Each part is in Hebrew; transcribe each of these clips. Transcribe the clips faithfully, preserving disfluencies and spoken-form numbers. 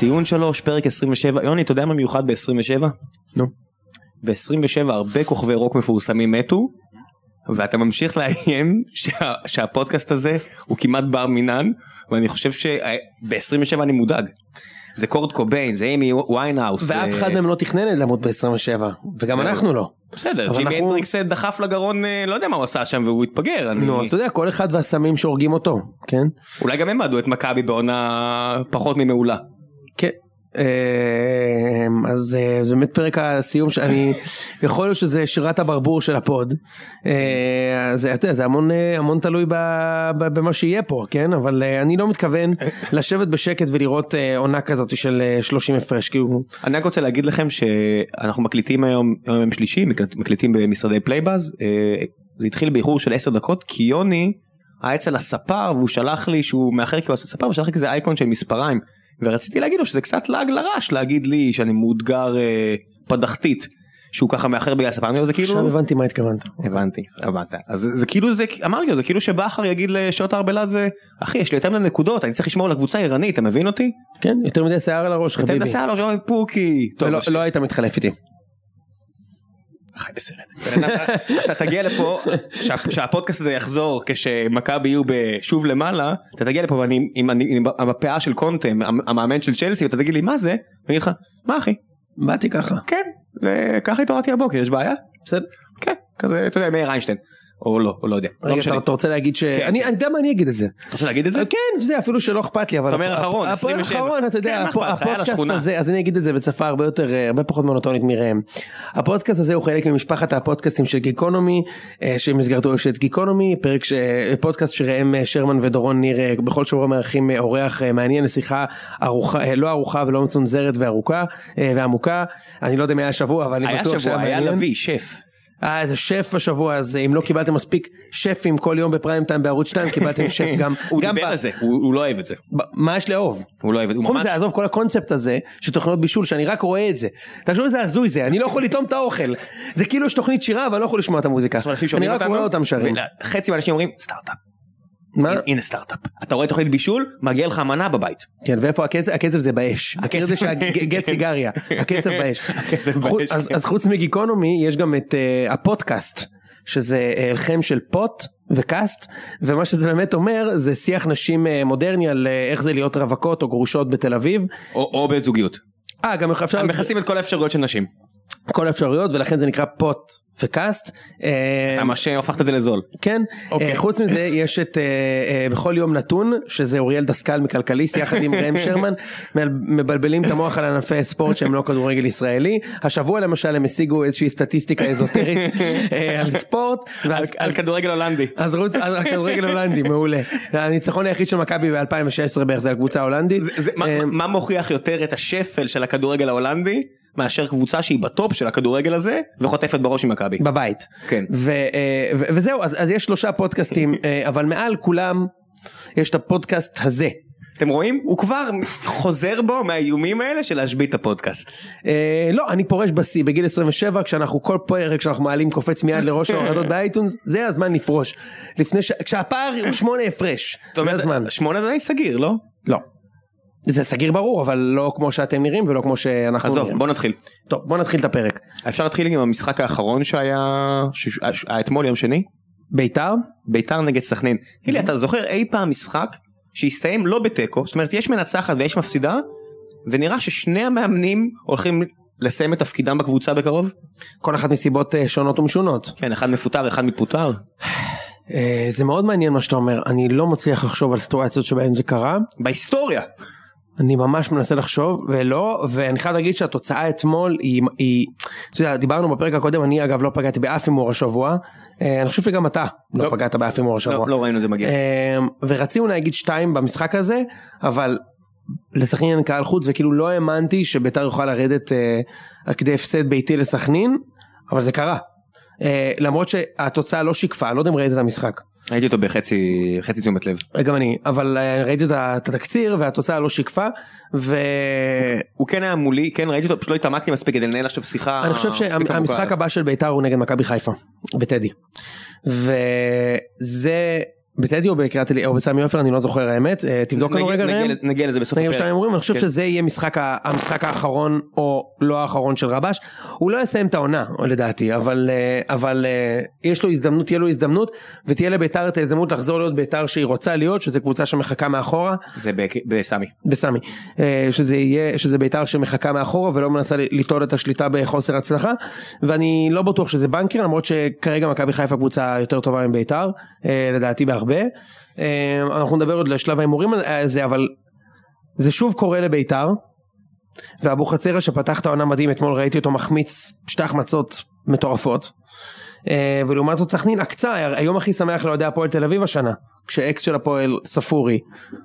ציון שלוש, פרק עשרים ושבע, יוני, אתה יודע מה מיוחד ב-עשרים ושבע? נו. ב-עשרים ושבע הרבה כוכבי רוק מפורסמים מתו, ואתה ממשיך לאיים שה, שהפודקאסט הזה הוא כמעט בר מינן, ואני חושב שב-עשרים ושבע אני מודאג. זה קורט קוביין, זה אימי ויינהאוס. ואף אחד מהם לא תכנן למות ב-עשרים ושבע, וגם אנחנו לא. בסדר, ג'ימי הנדריקס דחף לגרון, לא יודע מה הוא עשה שם, והוא התפגר. נו, אז אתה יודע, כל אחד והסמים שהורגים אותו, כן? אולי גם הם מעדו את מכבי בעונה פחות ממעולה. כן. אז זה באמת פרק הסיום שאני יכול להיות שזה שירת הברבור של הפוד, זה זה המון המון תלוי במה שיהיה פה, כן, אבל אני לא מתכוון לשבת בשקט ולראות עונה כזאת של שלושים הפרש. אני רק רוצה להגיד לכם שאנחנו מקליטים היום יום שלישי, מקליטים במשרדי פלייבאז, זה התחיל באיחור של עשר דקות כי יוני היה אצל הספר והוא שלח לי שהוא מאחר כי הוא עשה ספר ושלח לי כזה אייקון של מספריים, ורציתי להגיד לו שזה קצת לעג לרש להגיד לי שאני מאותגר אה, פדחתית שהוא ככה מאחר בגלל הספר. אני זה כאילו עכשיו הבנתי מה התכוונת. הבנתי, הבנת. אז זה, זה כאילו זה אמרתי לו זה כאילו שבחר יגיד לשעות ארבלת זה אחי יש לי יותר מדי נקודות אני צריך לשמור על הקבוצה עירנית, אתה מבין אותי? כן, יותר מדי שיער על הראש חביבי. יותר מדי שיער על הראש פוקי. לא, לא היית מתחלף איתי. חי בסרט. אתה תגיע לפה, שהפודקאסט הזה יחזור כשמכבי יהיו שוב למעלה, אתה תגיע לפה ואני עם הפאה של קונטה, המאמן של צ'לסי, ואתה תגיד לי מה זה? ואני אגיד לך, מה אחי? באתי ככה. כן, וככה התעוררתי הבוקר, יש בעיה? בסדר. כן, כזה, אתה יודע, מאיר איינשטיין. או לא, או לא יודע. אתה רוצה להגיד ש... אני יודע מה אני אגיד את זה. אתה רוצה להגיד את זה? כן, אתה יודע, אפילו שלא אכפת לי, אבל... אתה אומר אחרון, עשרים ושבע. אחרון, אתה יודע, הפודקאסט הזה, אז אני אגיד את זה בצפה הרבה יותר, הרבה פחות מונוטונית מראם. הפודקאסט הזה הוא חלק ממשפחת הפודקאסטים של גיקונומי, שמסגרתו יש את גיקונומי, פרק, פודקאסט שראם שרמן ודורון ניר, בכל שבוע מארחים אורח מעניין לשיחה ארוכה, לא ארוכה ולא מצונזרת וארוכה, ועמוקה. אני לא יודע מה היה שבוע, אבל אני בטוח שהיה מעניין. היה לוי, שף. אה, זה שף השבוע הזה, אם לא קיבלתם מספיק שפים כל יום בפריים טיים בערוץ שתיים, קיבלתם שף גם... הוא דיבר על זה, הוא לא אוהב את זה. מה יש לאהוב? הוא לא אוהב את זה. חום זה, עזוב, כל הקונספט הזה, של תוכניות בישול, שאני רק רואה את זה. תחשוב איזה הזוי זה, אני לא יכול לטעום את האוכל. זה כאילו יש תוכנית שירה, אבל לא יכול לשמוע את המוזיקה. אני רק רואה אותם שרים. חצי מהאנשים אומרים, סטארט-אפ. מה? הנה סטארט-אפ. אתה רואה תוכנית בישול, מגיע לך מנה בבית. כן, ואיפה הכסף? הכסף זה באש. הכסף זה שהגט סיגריה. הכסף באש. הכסף באש. אז חוץ מגיקונומי, יש גם את הפודקאסט, שזה הלחם של פוט וקאסט, ומה שזה באמת אומר, זה שיח נשים מודרני על איך זה להיות רווקות או גרושות בתל אביב. או בזוגיות. אה, גם אפשר... הם מכסים את כל האפשרויות של נשים. כל האפשרויות, ולכן זה נקרא פוט וקאסט. אתה ממש הופכת את זה לזול. כן, חוץ מזה יש את בכל יום נתון, שזה אוריאל דסקל מכלכליסט, יחד עם ראם שרמן, מבלבלים את המוח על ענפי ספורט שהם לא כדורגל ישראלי. השבוע למשל הם השיגו איזושהי סטטיסטיקה אזוטרית על ספורט. על כדורגל הולנדי. אז רוץ על כדורגל הולנדי, מעולה. הניצחון היחיד של מכבי ב-אלפיים ושש עשרה בערך זה על קבוצה הולנדית. מה מוכיח יותר את השפל של הכדורגל ההולנדי? מאשר קבוצה שהיא בטופ של הכדורגל הזה, וחוטפת בראש עם מכבי. בבית. כן. וזהו, אז יש שלושה פודקאסטים, אבל מעל כולם יש את הפודקאסט הזה. אתם רואים? הוא כבר חוזר בו מהאיומים האלה של להשבית את הפודקאסט. לא, אני פורש בשיא, בגיל עשרים ושבע, כשאנחנו כל פרק שאנחנו מעלים קופץ מיד לראש ההורדות באייטונס, זה הזמן לפרוש. כשהפער הוא שמונה הפרש. זאת אומרת, שמונה זה די סגיר, לא? לא. זה סגיר ברור, אבל לא כמו שאתם נראים ולא כמו שאנחנו נראים. עזוב, בוא נתחיל. טוב, בוא נתחיל את הפרק. אפשר להתחיל עם המשחק האחרון שהיה אתמול יום שני? ביתר? ביתר נגד סכנין. תגיד לי, אתה זוכר אי פעם משחק שהסתיים לא בטקו, זאת אומרת יש מנצחת ויש מפסידה, ונראה ששני המאמנים הולכים לסיים את תפקידם בקבוצה בקרוב? כל אחת מסיבות שונות ומשונות. כן, אחד מפוטר, אחד מפוטר. זה מאוד מעניין מה שאתה אומר, אני לא מצליח לחשוב על סיטואציות שבהן זה קרה. בהיסטוריה. אני ממש מנסה לחשוב, ולא, ואני חייב להגיד שהתוצאה אתמול היא, היא, אתה יודע, דיברנו בפרק הקודם, אני אגב לא פגעתי באף הימור השבוע, אני חושב שגם אתה לא, לא פגעת באף הימור השבוע. לא, לא ראינו את זה מגיע. ורצינו להגיד שתיים במשחק הזה, אבל לסכנין קהל חוץ, וכאילו לא האמנתי שביתר יוכל לרדת כדי הפסד ביתי לסכנין, אבל זה קרה. למרות שהתוצאה לא שיקפה, אני לא יודע אם ראית את המשחק. ראיתי אותו בחצי, חצי תשומת לב. גם אני, אבל ראיתי את התקציר והתוצאה לא שיקפה, ו... הוא כן היה מולי, כן ראיתי אותו, פשוט לא התעמקתי מספיק כדי לנהל עכשיו שיחה. אני חושב שהמשחק הבא של ביתר הוא נגד מכבי חיפה, בטדי. וזה בטדי או בקריית אלי או בסמי עופר, אני לא זוכר האמת, תבדוק לנו רגע ראם. נגיע לזה בסוף הפרק. אני חושב שזה יהיה המשחק האחרון או לא האחרון של רבש, הוא לא יסיים את העונה לדעתי, אבל יש לו הזדמנות, תהיה לו הזדמנות, ותהיה לביתר את ההזדמנות לחזור להיות ביתר שהיא רוצה להיות, שזה קבוצה שמחכה מאחורה. זה בסמי. בסמי. שזה יהיה, שזה ביתר שמחכה מאחורה ולא מנסה לטעוד את השליטה בחוסר הצלחה, ואני לא בטוח שזה בנקר, למרות שכרגע מכבי חיפה קבוצה יותר טובה מביתר, לדעתי בהרבה. אנחנו נדבר עוד לשלב ההימורים הזה, אבל זה שוב קורה לביתר, ואבו חצירה שפתח את העונה מדהים, אתמול ראיתי אותו מחמיץ שתי החמצות מטורפות, ולעומת זאת סכנין עקצה, היום הכי שמח להודע הפועל תל אביב השנה, כשאקס של הפועל ספורי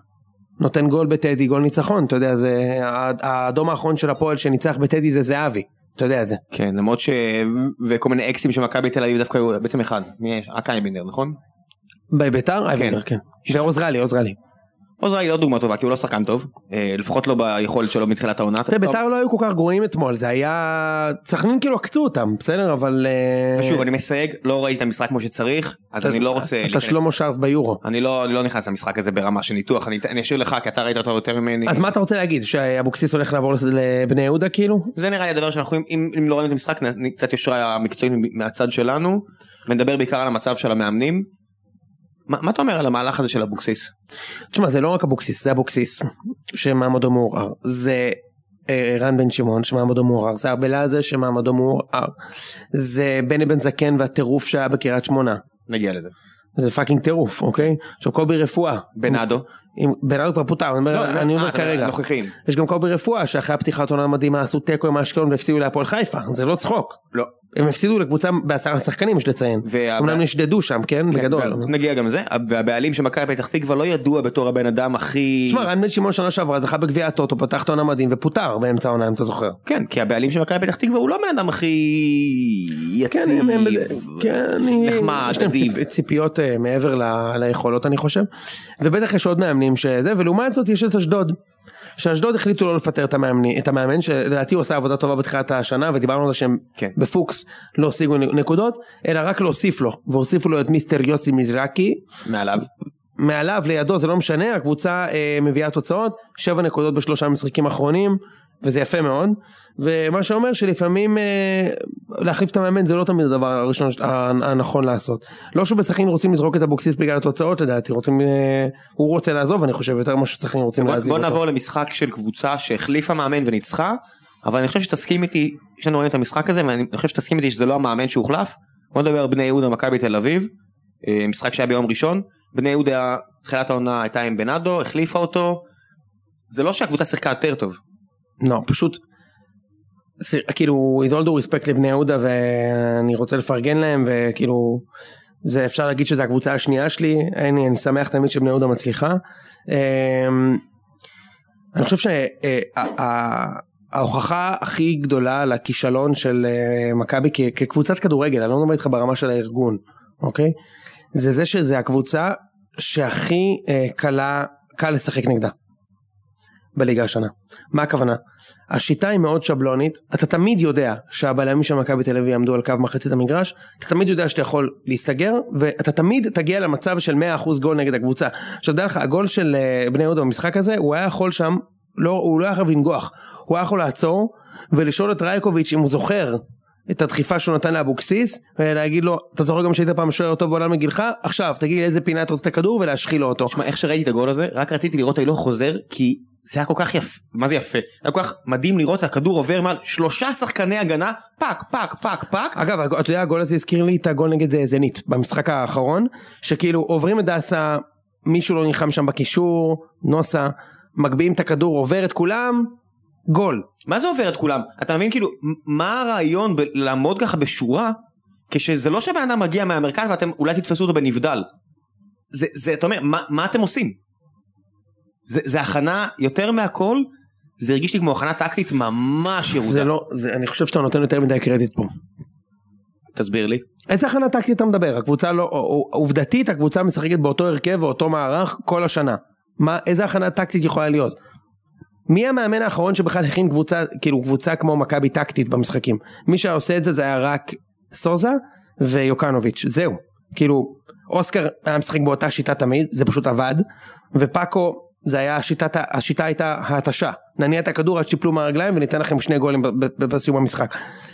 נותן גול בטדי, גול ניצחון, אתה יודע, זה האדום האחרון של הפועל שניצח בטדי זה זהבי, אתה יודע את זה. כן, למרות ש... וכל מיני אקסים שמכבי תל אביב דווקא היו בעצם אחד, מי יש? אקאי בינדר, נכון? בביתר? אייבנדר, כן. ועוזרלי, עוזרלי. עוזרלי לא דוגמה טובה, כי הוא לא שחקן טוב, לפחות לא ביכולת שלו מתחילת העונה. ביתר לא היו כל כך גרועים אתמול, זה היה... סכנין כאילו עקצו אותם, בסדר, אבל... ושוב, אני מסייג, לא ראיתי את המשחק כמו שצריך, אז אני לא רוצה... אתה שלמה שרף ביורו. אני לא נכנס למשחק הזה ברמה של ניתוח, אני אשאיר לך, כי אתה ראית אותו יותר ממני. אז מה אתה רוצה להגיד, שאבוקסיס הולך לעבור לבני יהודה כאילו? זה נראה לי הדבר שאנחנו, אם לא ראינו את המשחק, קצת יושרה המקצועית מהצד שלנו, ונדבר בעיקר על המצב של המאמנים. מה, מה אתה אומר על המהלך הזה של אבוקסיס? תשמע, זה לא רק אבוקסיס, זה אבוקסיס, שמעמדו מעורער. זה אה, רן בן שמעון, שמעמדו מעורער. זה ארבלה הזה, שמעמדו מעורער. זה בני בן זקן והטירוף שהיה בקריית שמונה. נגיע לזה. זה פאקינג טירוף, אוקיי? עכשיו קובי רפואה. בנאדו. בנאדו כבר פוטר, אני אומר כרגע. יש גם קובי רפואה, שאחרי הפתיחת עונה מדהימה, עשו תיקו עם האשקלון והפסידו להפועל חיפה. זה לא צחוק. לא. הם הפסידו לקבוצה בעשרה שחקנים, יש לציין. אומנם נשדדו שם, כן? בגדול. נגיע גם זה. והבעלים של מכבי פתח תקווה לא ידוע בתור הבן אדם הכי... תשמע, רן בן שמעון שנה שעברה, זכה בגביע הטוטו, פתח את העונה מדהים ופוטר באמצע העונה, אם אתה זוכר. כן, כי הבעלים של מכבי פתח תקווה הוא לא בן אדם הכי יציב, נחמד, אדיב. ציפיות מעבר ליכולות, אני חושב. ובטח יש עוד מאמנים שזה, ולעומת זאת יש את אשדוד. שאשדוד החליטו לא לפטר את המאמן, את המאמן שלדעתי הוא עושה עבודה טובה בתחילת השנה, ודיברנו על זה שהם כן. בפוקס לא השיגו נקודות, אלא רק להוסיף לו, והוסיפו לו את מיסטר יוסי מזרקי. מעליו. מעליו, לידו, זה לא משנה, הקבוצה אה, מביאה תוצאות, שבע נקודות בשלושה משחקים האחרונים, וזה יפה מאוד, ומה שאומר שלפעמים אה, להחליף את המאמן זה לא תמיד הדבר הראשון הנכון לעשות. לא שבסכנין רוצים לזרוק את אבוקסיס בגלל התוצאות, לדעתי, רוצים, אה, הוא רוצה לעזוב, אני חושב יותר מה שסכנין רוצים להזיב אותו. בוא נעבור למשחק של קבוצה שהחליפה מאמן וניצחה, אבל אני חושב שתסכים איתי, יש לנו רואים את המשחק הזה, ואני חושב שתסכים איתי שזה לא המאמן שהוחלף. בוא נדבר על בני יהודה מכבי תל אביב, משחק שהיה ביום ראשון, בני יהודה, תחילת העונה הייתה עם בנאדו, החליפה אותו, זה לא שהקבוצה שיחקה יותר טוב. לא, פשוט, כאילו, with all due respect לבני יהודה, ואני רוצה לפרגן להם, וכאילו, זה אפשר להגיד שזו הקבוצה השנייה שלי, אני, אני שמח תמיד שבני יהודה מצליחה. אני חושב שההוכחה הכי גדולה לכישלון של מכבי כקבוצת כדורגל, אני לא מדבר איתך ברמה של הארגון, אוקיי? זה זה שזה הקבוצה שהכי קלה, קל לשחק נגדה. בליגה השנה. מה הכוונה? השיטה היא מאוד שבלונית, אתה תמיד יודע שהבלמים של מכבי תל אביב יעמדו על קו מחצית המגרש, אתה תמיד יודע שאתה יכול להסתגר, ואתה תמיד תגיע למצב של מאה אחוז גול נגד הקבוצה. עכשיו דע לך, הגול של בני יהודה במשחק הזה, הוא היה יכול שם, לא, הוא לא היה יכול לנגוח, הוא היה יכול לעצור, ולשאול את רייקוביץ' אם הוא זוכר את הדחיפה שהוא נתן לאבוקסיס, ולהגיד לו, אתה זוכר גם שהיית פעם שוער טוב בעולם מגילך, עכשיו תגיד לי איזה פינה אתה רוצה את הכדור ולהשחיל לו אותו. תשמע, איך שראיתי את הגול הזה, רק רציתי לראות הילוך חוזר, כי זה היה כל כך יפה, מה זה יפה? היה כל כך מדהים לראות הכדור עובר מעל שלושה שחקני הגנה, פק, פק, פק, פק. אגב, אתה יודע, הגול הזה הזכיר לי את הגול נגד זנית, במשחק האחרון, שכאילו עוברים את דסה, מישהו לא נחם שם בקישור, נוסה, מגביעים את הכדור, עובר את כולם, גול. מה זה עובר את כולם? אתה מבין כאילו, מה הרעיון ב- לעמוד ככה בשורה, כשזה לא שהבן אדם מגיע מהמרכז, ואתם אולי תתפסו אותו בנבדל. זה, זה, אתה אומר, מה, מה אתם עושים? זה, זה הכנה יותר מהכל, זה הרגיש לי כמו הכנה טקטית ממש ירודה. זה לא, זה, אני חושב שאתה נותן יותר מדי קרדיט פה. תסביר לי. איזה הכנה טקטית אתה מדבר? הקבוצה לא, עובדתית הקבוצה משחקת באותו הרכב ואותו מערך כל השנה. מה, איזה הכנה טקטית יכולה להיות? מי המאמן האחרון שבכלל הכין קבוצה, כאילו קבוצה כמו מכבי טקטית במשחקים? מי שעושה את זה זה היה רק סוזה ויוקנוביץ', זהו. כאילו, אוסקר היה משחק באותה שיטה תמיד, זה פשוט עבד, ופאקו, זה היה השיטה, השיטה הייתה ההתשה, נניע את הכדור עד שיפלו מהרגליים, וניתן לכם שני גולים בסיום המשחק.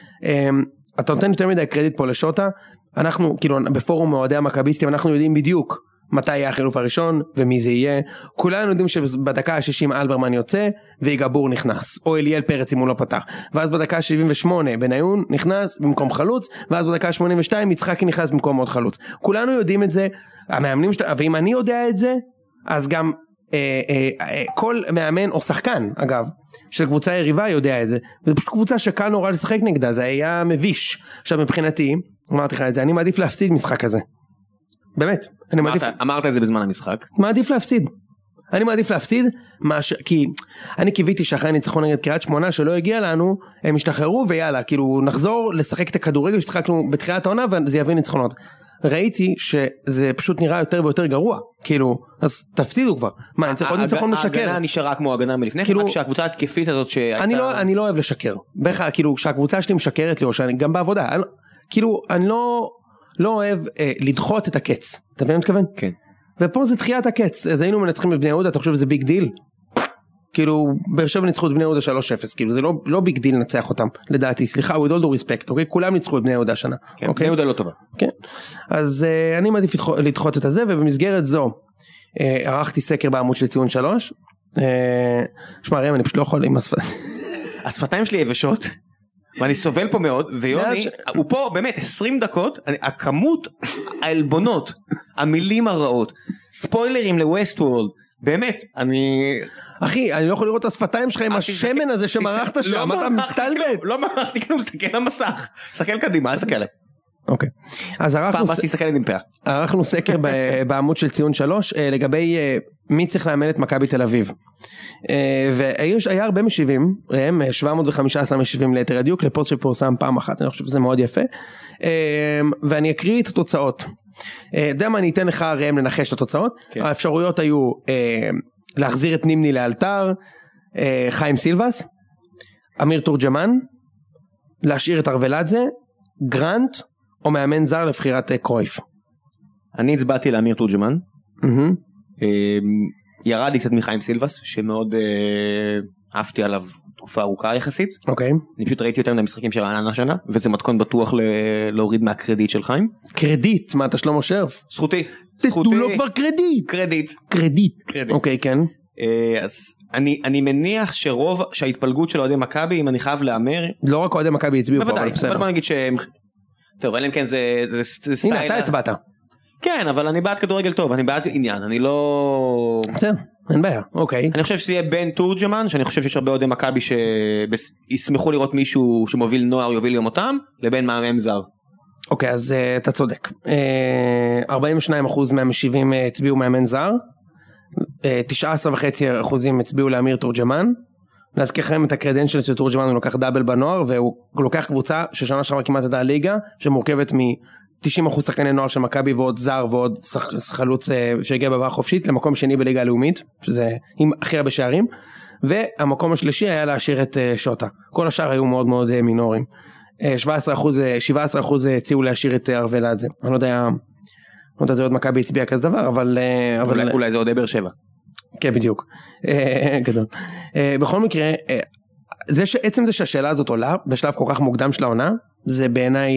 אתה נותן יותר מדי קרדיט פה לשוטה, אנחנו, כאילו, בפורום מאוהדי המכביסטים, אנחנו יודעים בדיוק מתי יהיה החילוף הראשון, ומי זה יהיה. כולנו יודעים שבדקה ה-שישים אלברמן יוצא, ויגבור נכנס, או אליאל פרץ אם הוא לא פתח. ואז בדקה ה-שבעים ושמונה, בניון נכנס במקום חלוץ, ואז בדקה ה-שמונים ושתיים, יצחקי נכנס במקום עוד חלוץ. כולנו יודעים את זה, המאמנים, שת... ואם אני יודע את זה, אז גם אה, אה, אה, כל מאמן או שחקן, אגב, של קבוצה יריבה יודע את זה. וזו פשוט קבוצה שקל נורא לשחק נגדה, זה היה מביש. עכשיו מבחינתי, אמרתי לך את זה, אני מעדיף להפסיד משחק כזה. באמת, אני מעדיף... אמרת את זה בזמן המשחק. מעדיף להפסיד. אני מעדיף להפסיד, כי אני קיוויתי שאחרי הניצחון נגד קריית שמונה שלא הגיע לנו, הם השתחררו ויאללה, כאילו נחזור לשחק את הכדורגל ששחקנו בתחילת העונה וזה יביא ניצחונות. ראיתי שזה פשוט נראה יותר ויותר גרוע, כאילו, אז תפסידו כבר. מה, אני צריך עוד ניצחון לשקר? ההגנה נשארה כמו ההגנה מלפני, רק שהקבוצה התקפית הזאת שהייתה... אני לא אוהב לשקר. בכלל, כאילו, שהקבוצה שלי משקרת לי, או שאני גם בעבודה, כאילו, אני לא... לא אוהב אה, לדחות את הקץ, אתה מבין מה מתכוון? כן. ופה זה דחיית הקץ, אז היינו מנצחים בבני יהודה, אתה חושב שזה ביג דיל? כאילו, באר שבע ניצחו את בני יהודה שלוש אפס, כאילו זה לא, לא ביג דיל לנצח אותם, לדעתי, סליחה, with all due respect, אוקיי? כולם ניצחו את בני יהודה השנה. כן, אוקיי? בני יהודה לא טובה. כן, אז אה, אני מעדיף לדחות, לדחות את הזה, ובמסגרת זו, אה, ערכתי סקר בעמוד של ציון שלוש, אה, שמע ראם, אני פשוט לא יכול עם השפתיים. השפתיים שלי יבשות. ואני סובל פה מאוד, ויוני, הוא פה באמת עשרים דקות, הכמות העלבונות, המילים הרעות, ספוילרים לווסט וורלד, באמת, אני... אחי, אני לא יכול לראות את השפתיים שלך עם השמן הזה שמרחת שם, אתה מסתלבט. לא מרחתי כלום, סתכל למסך, סתכל קדימה, סתכל. אוקיי, אז פעם בא שתסתכל עם פאה. ערכנו סקר בעמוד של ציון שלוש, לגבי מי צריך לאמן את מכבי תל אביב. והיה הרבה משיבים, הם שבע מאות וחמש עשרה משיבים ליתר הדיוק, לפוסט שפורסם פעם אחת, אני חושב שזה מאוד יפה, ואני אקריא את התוצאות. יודע מה, אני אתן לך ראם לנחש את התוצאות. האפשרויות היו להחזיר את נימני לאלתר, חיים סילבס, אמיר תורג'מן, להשאיר את ארוולדזה, גרנט, או מאמן זר לבחירת קרויף. אני הצבעתי לאמיר תורג'מן, ירד לי קצת מחיים סילבס, שמאוד אהבתי עליו תקופה ארוכה יחסית. אוקיי. אני פשוט ראיתי יותר מהמשחקים של רעננה השנה, וזה מתכון בטוח להוריד מהקרדיט של חיים. קרדיט? מה, אתה שלמה שרף? זכותי. תתנו לו כבר קרדיט. קרדיט. קרדיט. אוקיי, כן. אז אני אני מניח שרוב שההתפלגות של אוהדי מכבי, אם אני חייב לאמר, לא רק אוהדי מכבי הצביעו פה, אבל בסדר. אבל בוא נגיד שהם, טוב, אלא אם כן זה סטייל. הנה, אתה הצבעת. כן, אבל אני בעד כדורגל טוב, אני בעד עניין, אני לא... בסדר, אין בעיה, אוקיי. אני חושב שזה יהיה בין תורג'מן, שאני חושב שיש הרבה אוהדי מכבי שישמחו לראות מישהו שמוביל נוער יוביל גם אותם, לבין מאמן זר. אוקיי, אז אתה צודק. ארבעים ושניים אחוז מהמשיבים הצביעו מאמן זר, תשעה עשר וחצי אחוזים הצביעו לאמיר תורג'מן, להזכירכם את הקרדנשל של תורג'מן, הוא לוקח דאבל בנוער, והוא לוקח קבוצה ששנה שעברה כמעט עדה הליגה, שמורכבת מ-תשעים אחוז שחקני נוער של מכבי ועוד זר ועוד חלוץ שהגיע בעברה חופשית, למקום שני בליגה הלאומית, שזה עם הכי הרבה שערים, והמקום השלישי היה להשאיר את שוטה. כל השאר היו מאוד מאוד מינורים. שבעה עשר אחוז, שבעה עשר אחוז הציעו להשאיר את ארוולדזה. אני לא יודע, לא יודע, זה עוד מכבי הצביע כזה דבר, אבל... אולי, אולי זה עוד באר שבע. כן, בדיוק. גדול. בכל מקרה, זה שעצם זה שהשאלה הזאת עולה, בשלב כל כך מוקדם של העונה, זה בעיניי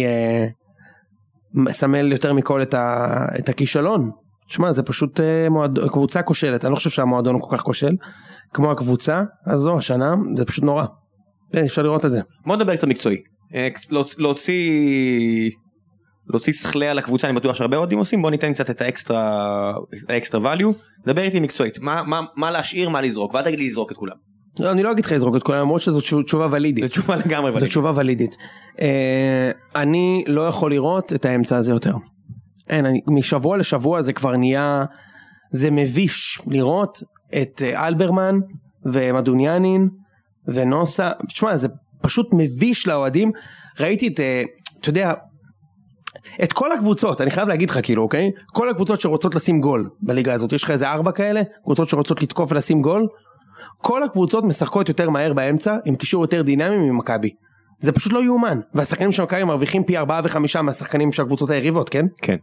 מסמל יותר מכל את, ה, את הכישלון. תשמע, זה פשוט מועד, קבוצה כושלת, אני לא חושב שהמועדון הוא כל כך כושל, כמו הקבוצה, אז זו, השנה, זה פשוט נורא. אפשר לראות את זה. בוא נדבר קצת מקצועי. להוציא... להוציא שכלי על הקבוצה, אני בטוח שהרבה אוהדים עושים, בוא ניתן קצת את האקסטרה, האקסטרה value, דבר איתי מקצועית, מה, מה, מה להשאיר, מה לזרוק, ואל תגיד לי לזרוק את כולם. לא, אני לא אגיד לך לזרוק את כולם, למרות שזו תשובה ולידית. זו תשובה לגמרי ולידית. זו תשובה ולידית. אני לא יכול לראות את האמצע הזה יותר. אין, אני, משבוע לשבוע זה כבר נהיה, זה מביש לראות את אלברמן ומדוניאנין ונוסה, תשמע, זה פשוט מביש לאוהדים. ראיתי את, אתה יודע, את כל הקבוצות, אני חייב להגיד לך כאילו, אוקיי? כל הקבוצות שרוצות לשים גול בליגה הזאת, יש לך איזה ארבע כאלה, קבוצות שרוצות לתקוף ולשים גול, כל הקבוצות משחקות יותר מהר באמצע, עם קישור יותר דינמי ממכבי. זה פשוט לא יאומן, והשחקנים של מכבי מרוויחים פי ארבעה וחמישה מהשחקנים של הקבוצות היריבות, כן? כן.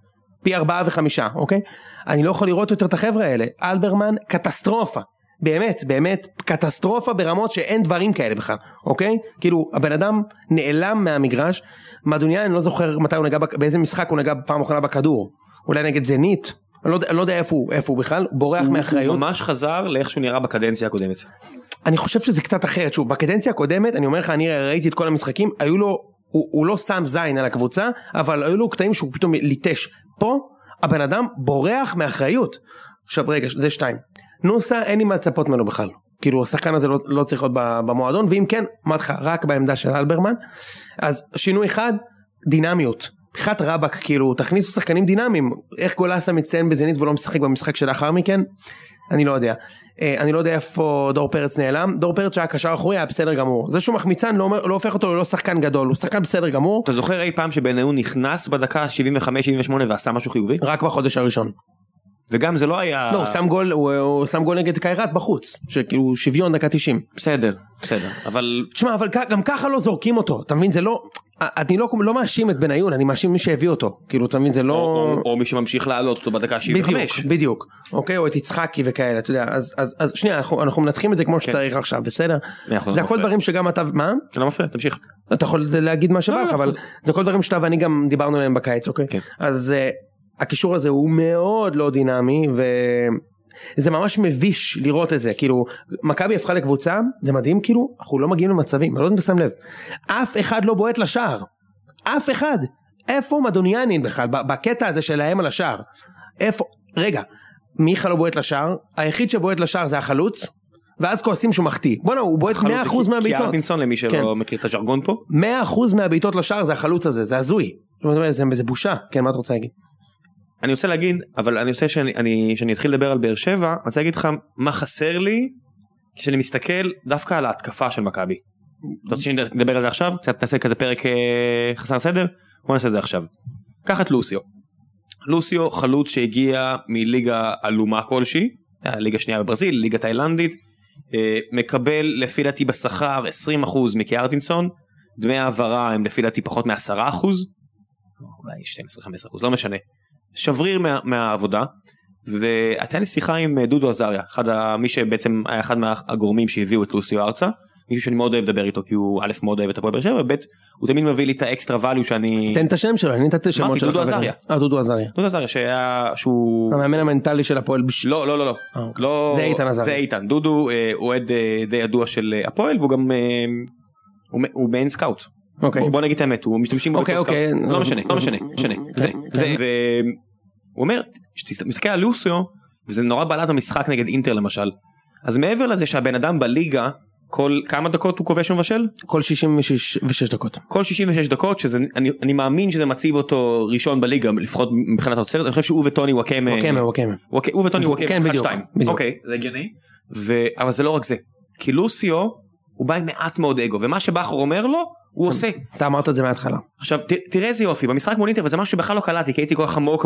פי ארבעה וחמישה, אוקיי? אני לא יכול לראות יותר את החבר'ה האלה, אלברמן קטסטרופה, באמת, באמת קטסטרופה ברמות שאין דברים כאלה בכלל, אוקיי? כאילו הבן אדם נעלם מהמגרש, מדוניאן, אני לא זוכר מתי הוא נגע, באיזה משחק הוא נגע פעם אחרונה בכדור, אולי נגד זנית, אני לא, אני לא יודע איפה הוא, איפה הוא בכלל, בורח מאחריות. הוא ממש חזר לאיך שהוא נראה בקדנציה הקודמת. אני חושב שזה קצת אחרת, שוב, בקדנציה הקודמת, אני אומר לך, אני ראיתי את כל המשחקים, היו לו, הוא, הוא לא שם זין על הקבוצה, אבל היו לו קטעים שהוא פתאום ליטש. פה, הבן אדם בורח מאחריות. עכשיו רגע, זה שתיים. נוסה, אין לי מה לצפות ממנו בכלל. כאילו, השחקן הזה לא, לא צריך להיות במועדון, ואם כן, אמרתי לך, רק בעמדה של אלברמן. אז שינוי אחד, דינמיות. פחת רבק, כאילו, תכניסו שחקנים דינמיים. איך גולסה מצטיין בזנית ולא משחק במשחק שלאחר מכן? אני לא יודע. אני לא יודע איפה דור פרץ נעלם. דור פרץ שהיה קשר אחורי היה בסדר גמור. זה שהוא מחמיצן לא, לא הופך אותו ללא שחקן גדול. הוא שחקן בסדר גמור. אתה זוכר אי פעם שבניון נכנס בדקה שבעים וחמש שבעים ושמונה ועשה משהו חיובי? רק בחודש הראשון. וגם זה לא היה... לא, הוא שם גול, הוא, הוא שם גול נגד קיירת בחוץ. שכאילו שוויון דקה תשעים. בסדר, בסדר. אבל... תשמע, אבל גם ככה לא זורקים אותו. אתה מבין, זה לא... אני לא, לא מאשים את בניון, אני מאשים מי שהביא אותו. כאילו, אתה מבין, זה לא... או, או, או מי שממשיך לעלות אותו בדקה שבעים וחמש. בדיוק, בדיוק. אוקיי, או את יצחקי וכאלה, אתה יודע. אז, אז, אז שנייה, אנחנו, אנחנו מנתחים את זה כמו שצריך עכשיו, בסדר? זה הכל דברים שגם אתה... מה? זה לא מפריע, תמשיך. אתה יכול להגיד מה שבא לך, אבל זה הכל דברים שאתה ואני גם דיברנו עליהם בקיץ, אוקיי? אז הקישור הזה הוא מאוד לא דינמי, וזה ממש מביש לראות את זה, כאילו, מכבי הפכה לקבוצה, זה מדהים, כאילו, אנחנו לא מגיעים למצבים, אני לא שם לב, אף אחד לא בועט לשער, אף אחד, איפה מדוניאנין בכלל, בקטע הזה שלהם על השער, איפה, רגע, מיכה לא בועט לשער, היחיד שבועט לשער זה החלוץ, ואז כועסים שהוא מחטיא, בוא'נה, הוא בועט מאה אחוז מהביתות, כי ארטינסון למי שלא מכיר את הז'רגון פה, מאה אחוז מהביתות לשער זה החלוץ הזה, זה הזוי, זה בושה, כן, מה אתה רוצה להגיד? אני רוצה להגיד, אבל אני רוצה שאני, אני, שאני אתחיל לדבר על באר שבע, אני רוצה להגיד לך מה חסר לי, כשאני מסתכל דווקא על ההתקפה של מכבי. אתה רוצה שנדבר על זה עכשיו? קצת נעשה כזה פרק אה, חסר סדר? בוא נעשה את זה עכשיו. קח את לוסיו. לוסיו חלוץ שהגיע מליגה אלומה כלשהי, ליגה שנייה בברזיל, ליגה תאילנדית, אה, מקבל לפי דעתי בשכר עשרים אחוז מקיארטינסון, דמי העברה הם לפי דעתי פחות מ-עשרה אחוז, אולי שתים עשרה חמש עשרה אחוז, לא משנה. שבריר מה, מהעבודה, והייתה לי שיחה עם דודו עזריה, אחד ה, מי שבעצם היה אחד מהגורמים שהביאו את לוסיו ארצה, מישהו שאני מאוד אוהב לדבר איתו, כי הוא א' מאוד אוהב את הפועל באר שבע, וב' הוא תמיד מביא לי את האקסטרה ואליו שאני... תן את השם שלו, אני נתת את השמות שלו. דודו עזריה. אה, דודו עזריה. דודו עזריה, שהיה, שהוא... המאמן המנטלי של הפועל בש... לא, לא, לא, לא. אה, לא... זה איתן עזריה. זה איתן. דודו אה, הוא עד אה, די ידוע של הפועל, והוא גם... אה, הוא, הוא מעין סקאוט. אוקיי. בוא, בוא נגיד את האמת, הוא משתמשים בו אוקיי, אוקיי. לא משנה, לא משנה, משנה. זה, זה, ו... הוא אומר, שתסתכל על לוסיו, וזה נורא בלט במשחק נגד אינטר למשל, אז מעבר לזה שהבן אדם בליגה, כל כמה דקות הוא כובש ומבשל? כל שישים ושש דקות. כל שישים ושש דקות, שזה, אני, אני מאמין שזה מציב אותו ראשון בליגה, לפחות מבחינת התוצרת, אני חושב שהוא וטוני וואקמה, וואקמה, וואקמה. הוא וטוני וואקמה, כן, בדיוק. אוקיי, זה הגיוני, ו... אבל זה לא רק זה, כי לוסיו, הוא בא עם מעט מאוד אגו, ומה שבחר אומר לו, הוא עושה. אתה אמרת את זה מההתחלה. עכשיו, תראה איזה יופי, במשחק מול אינטר, וזה משהו שבכלל לא קלטתי, כי הייתי כל כך עמוק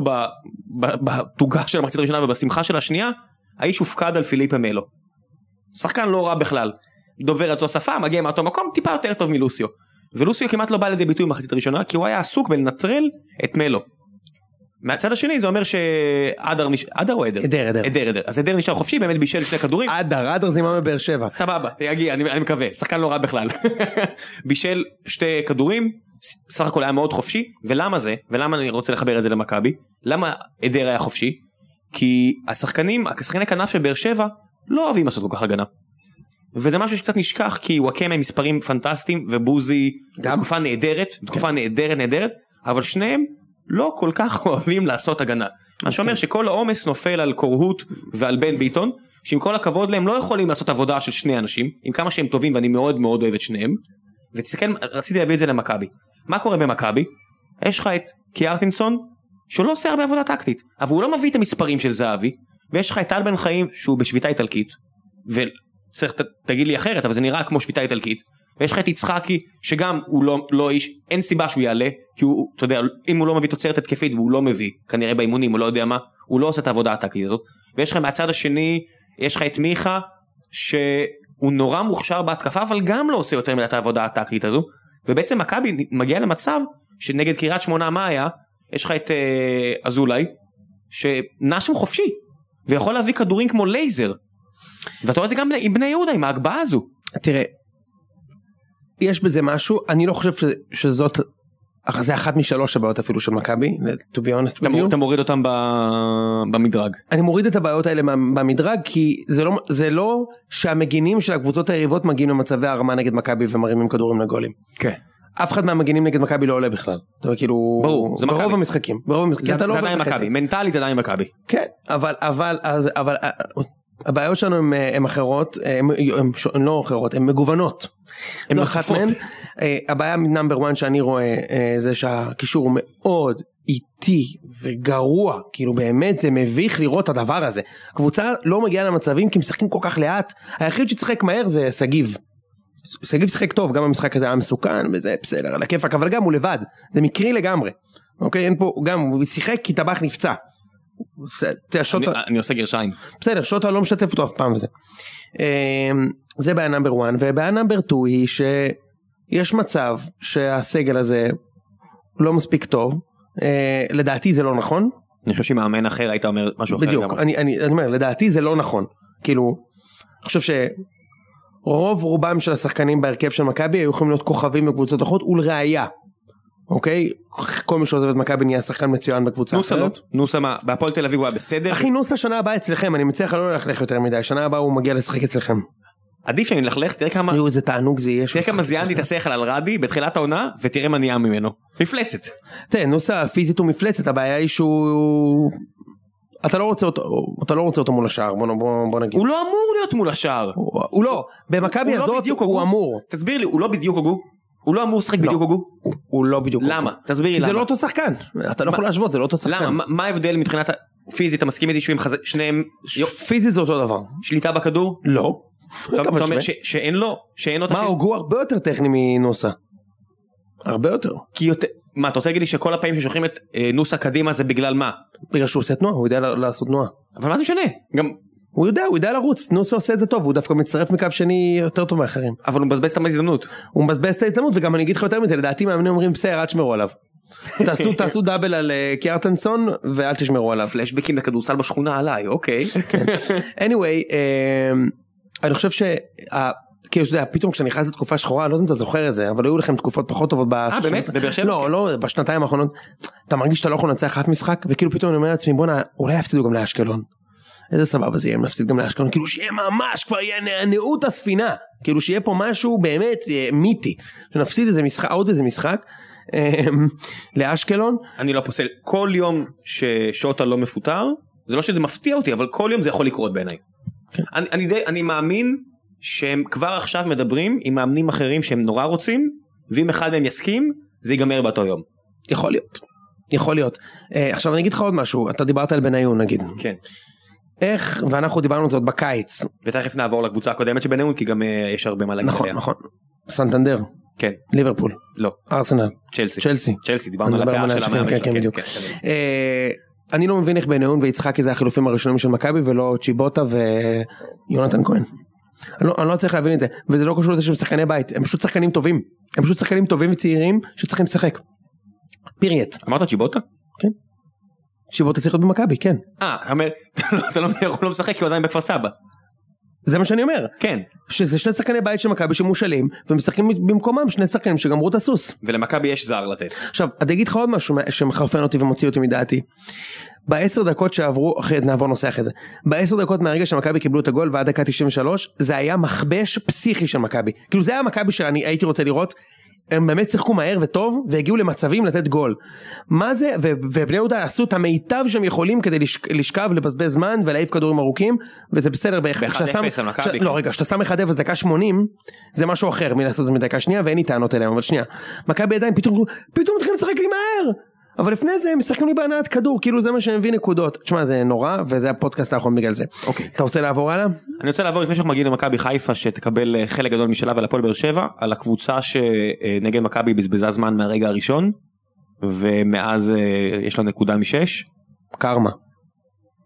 בתוגה של המחצית הראשונה ובשמחה של השנייה, האיש הופקד על פיליפה מלו. שחקן לא רע בכלל. דובר אותו שפה, מגיע מאותו מקום, טיפה יותר טוב מלוסיו. ולוסיו כמעט לא בא לידי ביטוי במחצית הראשונה, כי הוא היה עסוק בלנטרל את מלו. מהצד השני זה אומר שאדר, אדר או אדר? אדר, אדר. אדר, אדר. אז אדר נשאר חופשי, באמת בישל שני כדורים. אדר, אדר זה אימא מבאר שבע. סבבה, יגיע, אני, אני מקווה, שחקן לא רע בכלל. בישל שתי כדורים, סך הכל היה מאוד חופשי, ולמה זה? ולמה אני רוצה לחבר את זה למכבי? למה אדר היה חופשי? כי השחקנים, השחקני כנף של באר שבע, לא אוהבים לעשות כל כך הגנה. וזה משהו שקצת נשכח, כי וואקמה עם מספרים פנטסטיים, ובוזי בתקופה נהדרת, בתקופה נהדרת, נהדרת, אבל שניהם לא כל כך אוהבים לעשות הגנה. מה שאומר שכל העומס נופל על קורהוט ועל בן ביטון, שעם כל הכבוד להם לא יכולים לעשות עבודה של שני אנשים, עם כמה שהם טובים, ואני מאוד מאוד אוהב את שניהם, ותסתכל, רציתי להביא את זה למכבי. מה קורה במכבי? יש לך את קיארטינסון, שהוא לא עושה הרבה עבודה טקטית, אבל הוא לא מביא את המספרים של זהבי, ויש לך את טל בן חיים, שהוא בשביתה איטלקית, וצריך, תגיד לי אחרת, אבל זה נראה כמו שביתה איטלקית, ויש לך את יצחקי, שגם הוא לא, לא איש, אין סיבה שהוא יעלה, כי הוא, אתה יודע, אם הוא לא מביא תוצרת התקפית, והוא לא מביא, כנראה באימונים, הוא לא יודע מה, הוא לא עושה את העבודה הטקטית הזאת, ויש לך מהצד השני, יש לך את מיכה, שהוא נורא מוכשר בהתקפה, אבל גם לא עושה יותר מדי את העבודה הטקטית הזו, ובעצם מכבי מגיע למצב, שנגד קריית שמונה מה היה, יש לך את אזולאי, שנע שם חופשי, ויכול להביא כדורים כמו לייזר, ואתה רואה את זה גם עם בני יהודה, עם ההגבהה הזו. תראה, יש בזה משהו, אני לא חושב שזאת, זה אחת משלוש הבעיות אפילו של מכבי, to be honest with you. אתה מוריד אותם במדרג. אני מוריד את הבעיות האלה במדרג, כי זה לא, זה לא שהמגינים של הקבוצות היריבות מגיעים למצבי הרמה נגד מכבי ומרימים כדורים לגולים. כן. אף אחד מהמגינים נגד מכבי לא עולה בכלל. אתה כאילו, ברור, זה מכבי. ברוב המשחקים. ברוב המשחקים. זה עדיין מכבי, מנטלית עדיין מכבי. כן, אבל, אבל, אבל, הבעיות שלנו הן אחרות, הן לא אחרות, הן מגוונות. הן נוספות. הבעיה נאמבר וואן שאני רואה, זה שהקישור הוא מאוד איטי וגרוע, כאילו באמת זה מביך לראות את הדבר הזה. קבוצה לא מגיעה למצבים כי משחקים כל כך לאט, היחיד שצחק מהר זה סגיב. סגיב שחק טוב, גם המשחק הזה היה מסוכן, וזה בסדר, על הכיפק, אבל גם הוא לבד, זה מקרי לגמרי. אוקיי, אין פה, גם הוא שיחק כי טבח נפצע. אני עושה גרשיים. בסדר, שוטה לא משתף אותו אף פעם וזה. זה בעיה נאמבר וואן, ובעיה נאמבר טו היא שיש מצב שהסגל הזה לא מספיק טוב, לדעתי זה לא נכון. אני חושב שמאמן אחר היית אומר משהו אחר. בדיוק, אני אומר, לדעתי זה לא נכון. כאילו, אני חושב שרוב רובם של השחקנים בהרכב של מכבי היו יכולים להיות כוכבים בקבוצות אחרות ולראיה. אוקיי? כל מי שעוזב את מכבי נהיה שחקן מצוין בקבוצה אחרת. נוסה לא, נוסה מה? בהפועל תל אביב הוא היה בסדר? אחי, נוסה שנה הבאה אצלכם, אני מציע לך לא ללכלך יותר מדי, שנה הבאה הוא מגיע לשחק אצלכם. עדיף שאני ללכלך, תראה כמה... יו, איזה תענוג זה יהיה. תראה כמה זיינתי את השכל על רדי בתחילת העונה, ותראה מה נהיה ממנו. מפלצת. תראה, נוסה פיזית הוא מפלצת, הבעיה היא שהוא... אתה לא רוצה אותו, אתה לא רוצה אותו מול השער, בוא, בוא, בוא נגיד. הוא לא אמור להיות מול השער. הוא, הוא לא, במכבי הזאת הוא אמור. תסביר לי, הוא לא בדיוק הוגו? הוא לא אמור לשחק בדיוק הוגו? הוא לא בדיוק הוגו. למה? תסביר לי למה. כי זה לא אותו שחקן, אתה לא יכול להשוות, זה לא אותו שחקן. למה? מה ההבדל מבחינת פיזית, אתה מסכים איתי שהם שניהם... פיזית זה אותו דבר. שליטה בכדור? לא. אתה אומר שאין לו? מה, הוגו הרבה יותר טכני מנוסה. הרבה יותר. כי יותר... מה, אתה רוצה להגיד לי שכל הפעמים ששולחים את נוסה קדימה זה בגלל מה? בגלל שהוא עושה תנועה, הוא יודע לעשות תנועה. אבל מה זה משנה? גם... הוא יודע, הוא יודע לרוץ, נוסה עושה את זה טוב, הוא דווקא מצטרף מקו שני יותר טוב מאחרים. אבל הוא מבזבז את ההזדמנות. הוא מבזבז את ההזדמנות, וגם אני אגיד לך יותר מזה, לדעתי מאמנים אומרים, בסדר, אל תשמרו עליו. תעשו, תעשו דאבל על קיארטנסון, ואל תשמרו עליו. פלשבקים לכדורסל בשכונה עליי, אוקיי. anyway, אני חושב שה... כי אתה יודע, פתאום כשאני נכנס לתקופה שחורה, לא יודע אם אתה זוכר את זה, אבל היו לכם תקופות פחות טובות. אה, באמת? בבאר שבע? לא, לא, בשנתיים האחרונות, אתה מרגיש שאתה לא יכול לנצח אף משחק, וכאילו פתאום אני אומר לעצמי, בוא'נה, אולי יפסידו גם לאשקלון. איזה סבבה זה יהיה, אם נפסיד גם לאשקלון, כאילו שיהיה ממש, כבר יהיה נענעות הספינה, כאילו שיהיה פה משהו באמת מיתי, שנפסיד איזה משחק, עוד איזה משחק, לאשקלון. אני לא פוסל, כל יום ששוטה לא מפוטר, זה לא שזה מפתיע אותי, אבל כל יום זה יכול לקרות בעיניי. אני, אני, די, אני מאמין שהם כבר עכשיו מדברים עם מאמנים אחרים שהם נורא רוצים, ואם אחד מהם יסכים, זה ייגמר באותו יום. יכול להיות, יכול להיות. עכשיו אני אגיד לך עוד משהו, אתה דיברת על בניון נגיד. כן. איך, ואנחנו דיברנו על זה עוד בקיץ. ותכף נעבור לקבוצה הקודמת שבניון, כי גם יש הרבה מה להגיד עליה. נכון, נכון. סנטנדר. כן. ליברפול. לא. ארסנל. צ'לסי. צ'לסי. צ'לסי, דיברנו על הפער של המאמן. כן, כן, בדיוק. אני לא מבין איך בניון ויצחקי זה החילופים הראשונים של מכבי, ולא צ'יבוטה ויונתן כהן. אני לא, אני לא צריך להבין את זה, וזה לא קשור לזה שהם שחקני בית, הם פשוט שחקנים טובים, הם פשוט שחקנים טובים וצעירים שצריכים לשחק. פיריט. אמרת צ'יבוטה? כן. צ'יבוטה צריך להיות במכבי, כן. אה, אתה לא יכול לא משחק כי הוא עדיין בכפר סבא. זה מה שאני אומר. כן. שזה שני שחקני בית של מכבי שמושלים, ומשחקים במקומם שני שחקנים שגמרו את הסוס. ולמכבי יש זר לתת. עכשיו, אני אגיד לך עוד משהו שמחרפן אותי ומוציא אותי מדעתי. בעשר דקות שעברו, אחרי, נעבור נושא אחרי זה, בעשר דקות מהרגע שמכבי קיבלו את הגול ועד דקה תשעים ושלוש, זה היה מכבש פסיכי של מכבי. כאילו זה היה מכבי שאני הייתי רוצה לראות, הם באמת שיחקו מהר וטוב, והגיעו למצבים לתת גול. מה זה? ו- ובני יהודה עשו את המיטב שהם יכולים כדי לשק- לשכב, לבזבז זמן ולהעיף כדורים ארוכים, וזה בסדר. ב-אחד אפס על מכבי. לא, רגע, שאתה שם אחד אפס דקה שמונים, זה משהו אחר, מי לעשות את זה מדקה שנייה, ואין לי טענות אליהם, אבל שנייה. מכבי עדיין פתאום, פתאום מתחילים לשחק לי מהר! אבל לפני זה הם משחקים לי בהנעת כדור, כאילו זה מה שהם מביא נקודות. תשמע, זה נורא, וזה הפודקאסט האחרון בגלל זה. אוקיי. אתה רוצה לעבור הלאה? אני רוצה לעבור לפני שאנחנו מגיעים למכבי חיפה, שתקבל חלק גדול משלה ולפועל באר שבע, על הקבוצה שנגד מכבי בזבזה זמן מהרגע הראשון, ומאז יש לה נקודה משש. קרמה.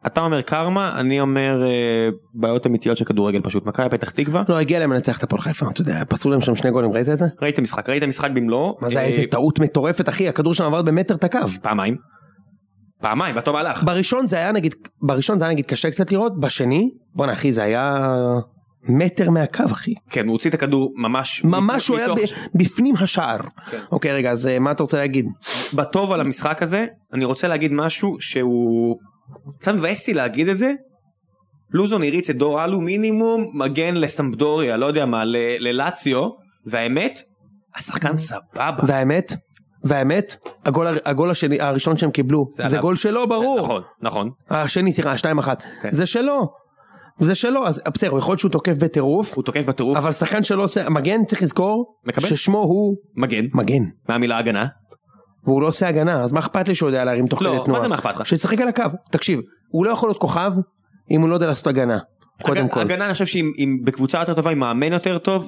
אתה אומר קרמה, אני אומר בעיות אמיתיות של כדורגל פשוט. מכבי פתח תקווה. לא, הגיע להם לנצח את הפועל חיפה, אתה יודע, פסו להם שם שני גולים, ראית את זה? ראית המשחק, ראית המשחק במלוא. מה זה, איזה טעות מטורפת, אחי, הכדור שם עבר במטר את הקו. פעמיים. פעמיים, ואותו מהלך. בראשון זה היה נגיד, בראשון זה היה נגיד קשה קצת לראות, בשני, בוא'נה אחי, זה היה מטר מהקו, אחי. כן, הוא הוציא את הכדור ממש... ממש הוא היה בפנים השער. אוקיי, רגע, אז מה אתה רוצה להגיד? בטוב על המשחק הזה, אני רוצה להגיד משהו שהוא... קצת מבאסתי להגיד את זה, לוזון הריץ את דור אלו מינימום מגן לסמפדוריה, לא יודע מה, ללאציו, והאמת, השחקן סבבה. והאמת, והאמת, הגול, הגול השני, הראשון שהם קיבלו, זה, זה גול שלו, ברור. נכון, נכון. השני, סליחה, שתיים אחת. כן. זה שלו. זה שלו, אז בסדר, הוא יכול שהוא תוקף בטירוף. הוא תוקף בטירוף. אבל שחקן שלו עושה, מגן, צריך לזכור, מקבל? ששמו הוא... מגן. מגן. מהמילה הגנה. והוא לא עושה הגנה, אז מה אכפת לי שהוא יודע להרים תוך כדי תנועה? לא, מה זה מה אכפת לך? שישחק על הקו, תקשיב, הוא לא יכול להיות כוכב, אם הוא לא יודע לעשות הגנה, קודם כל. הגנה, אני חושב שאם בקבוצה יותר טובה, עם מאמן יותר טוב,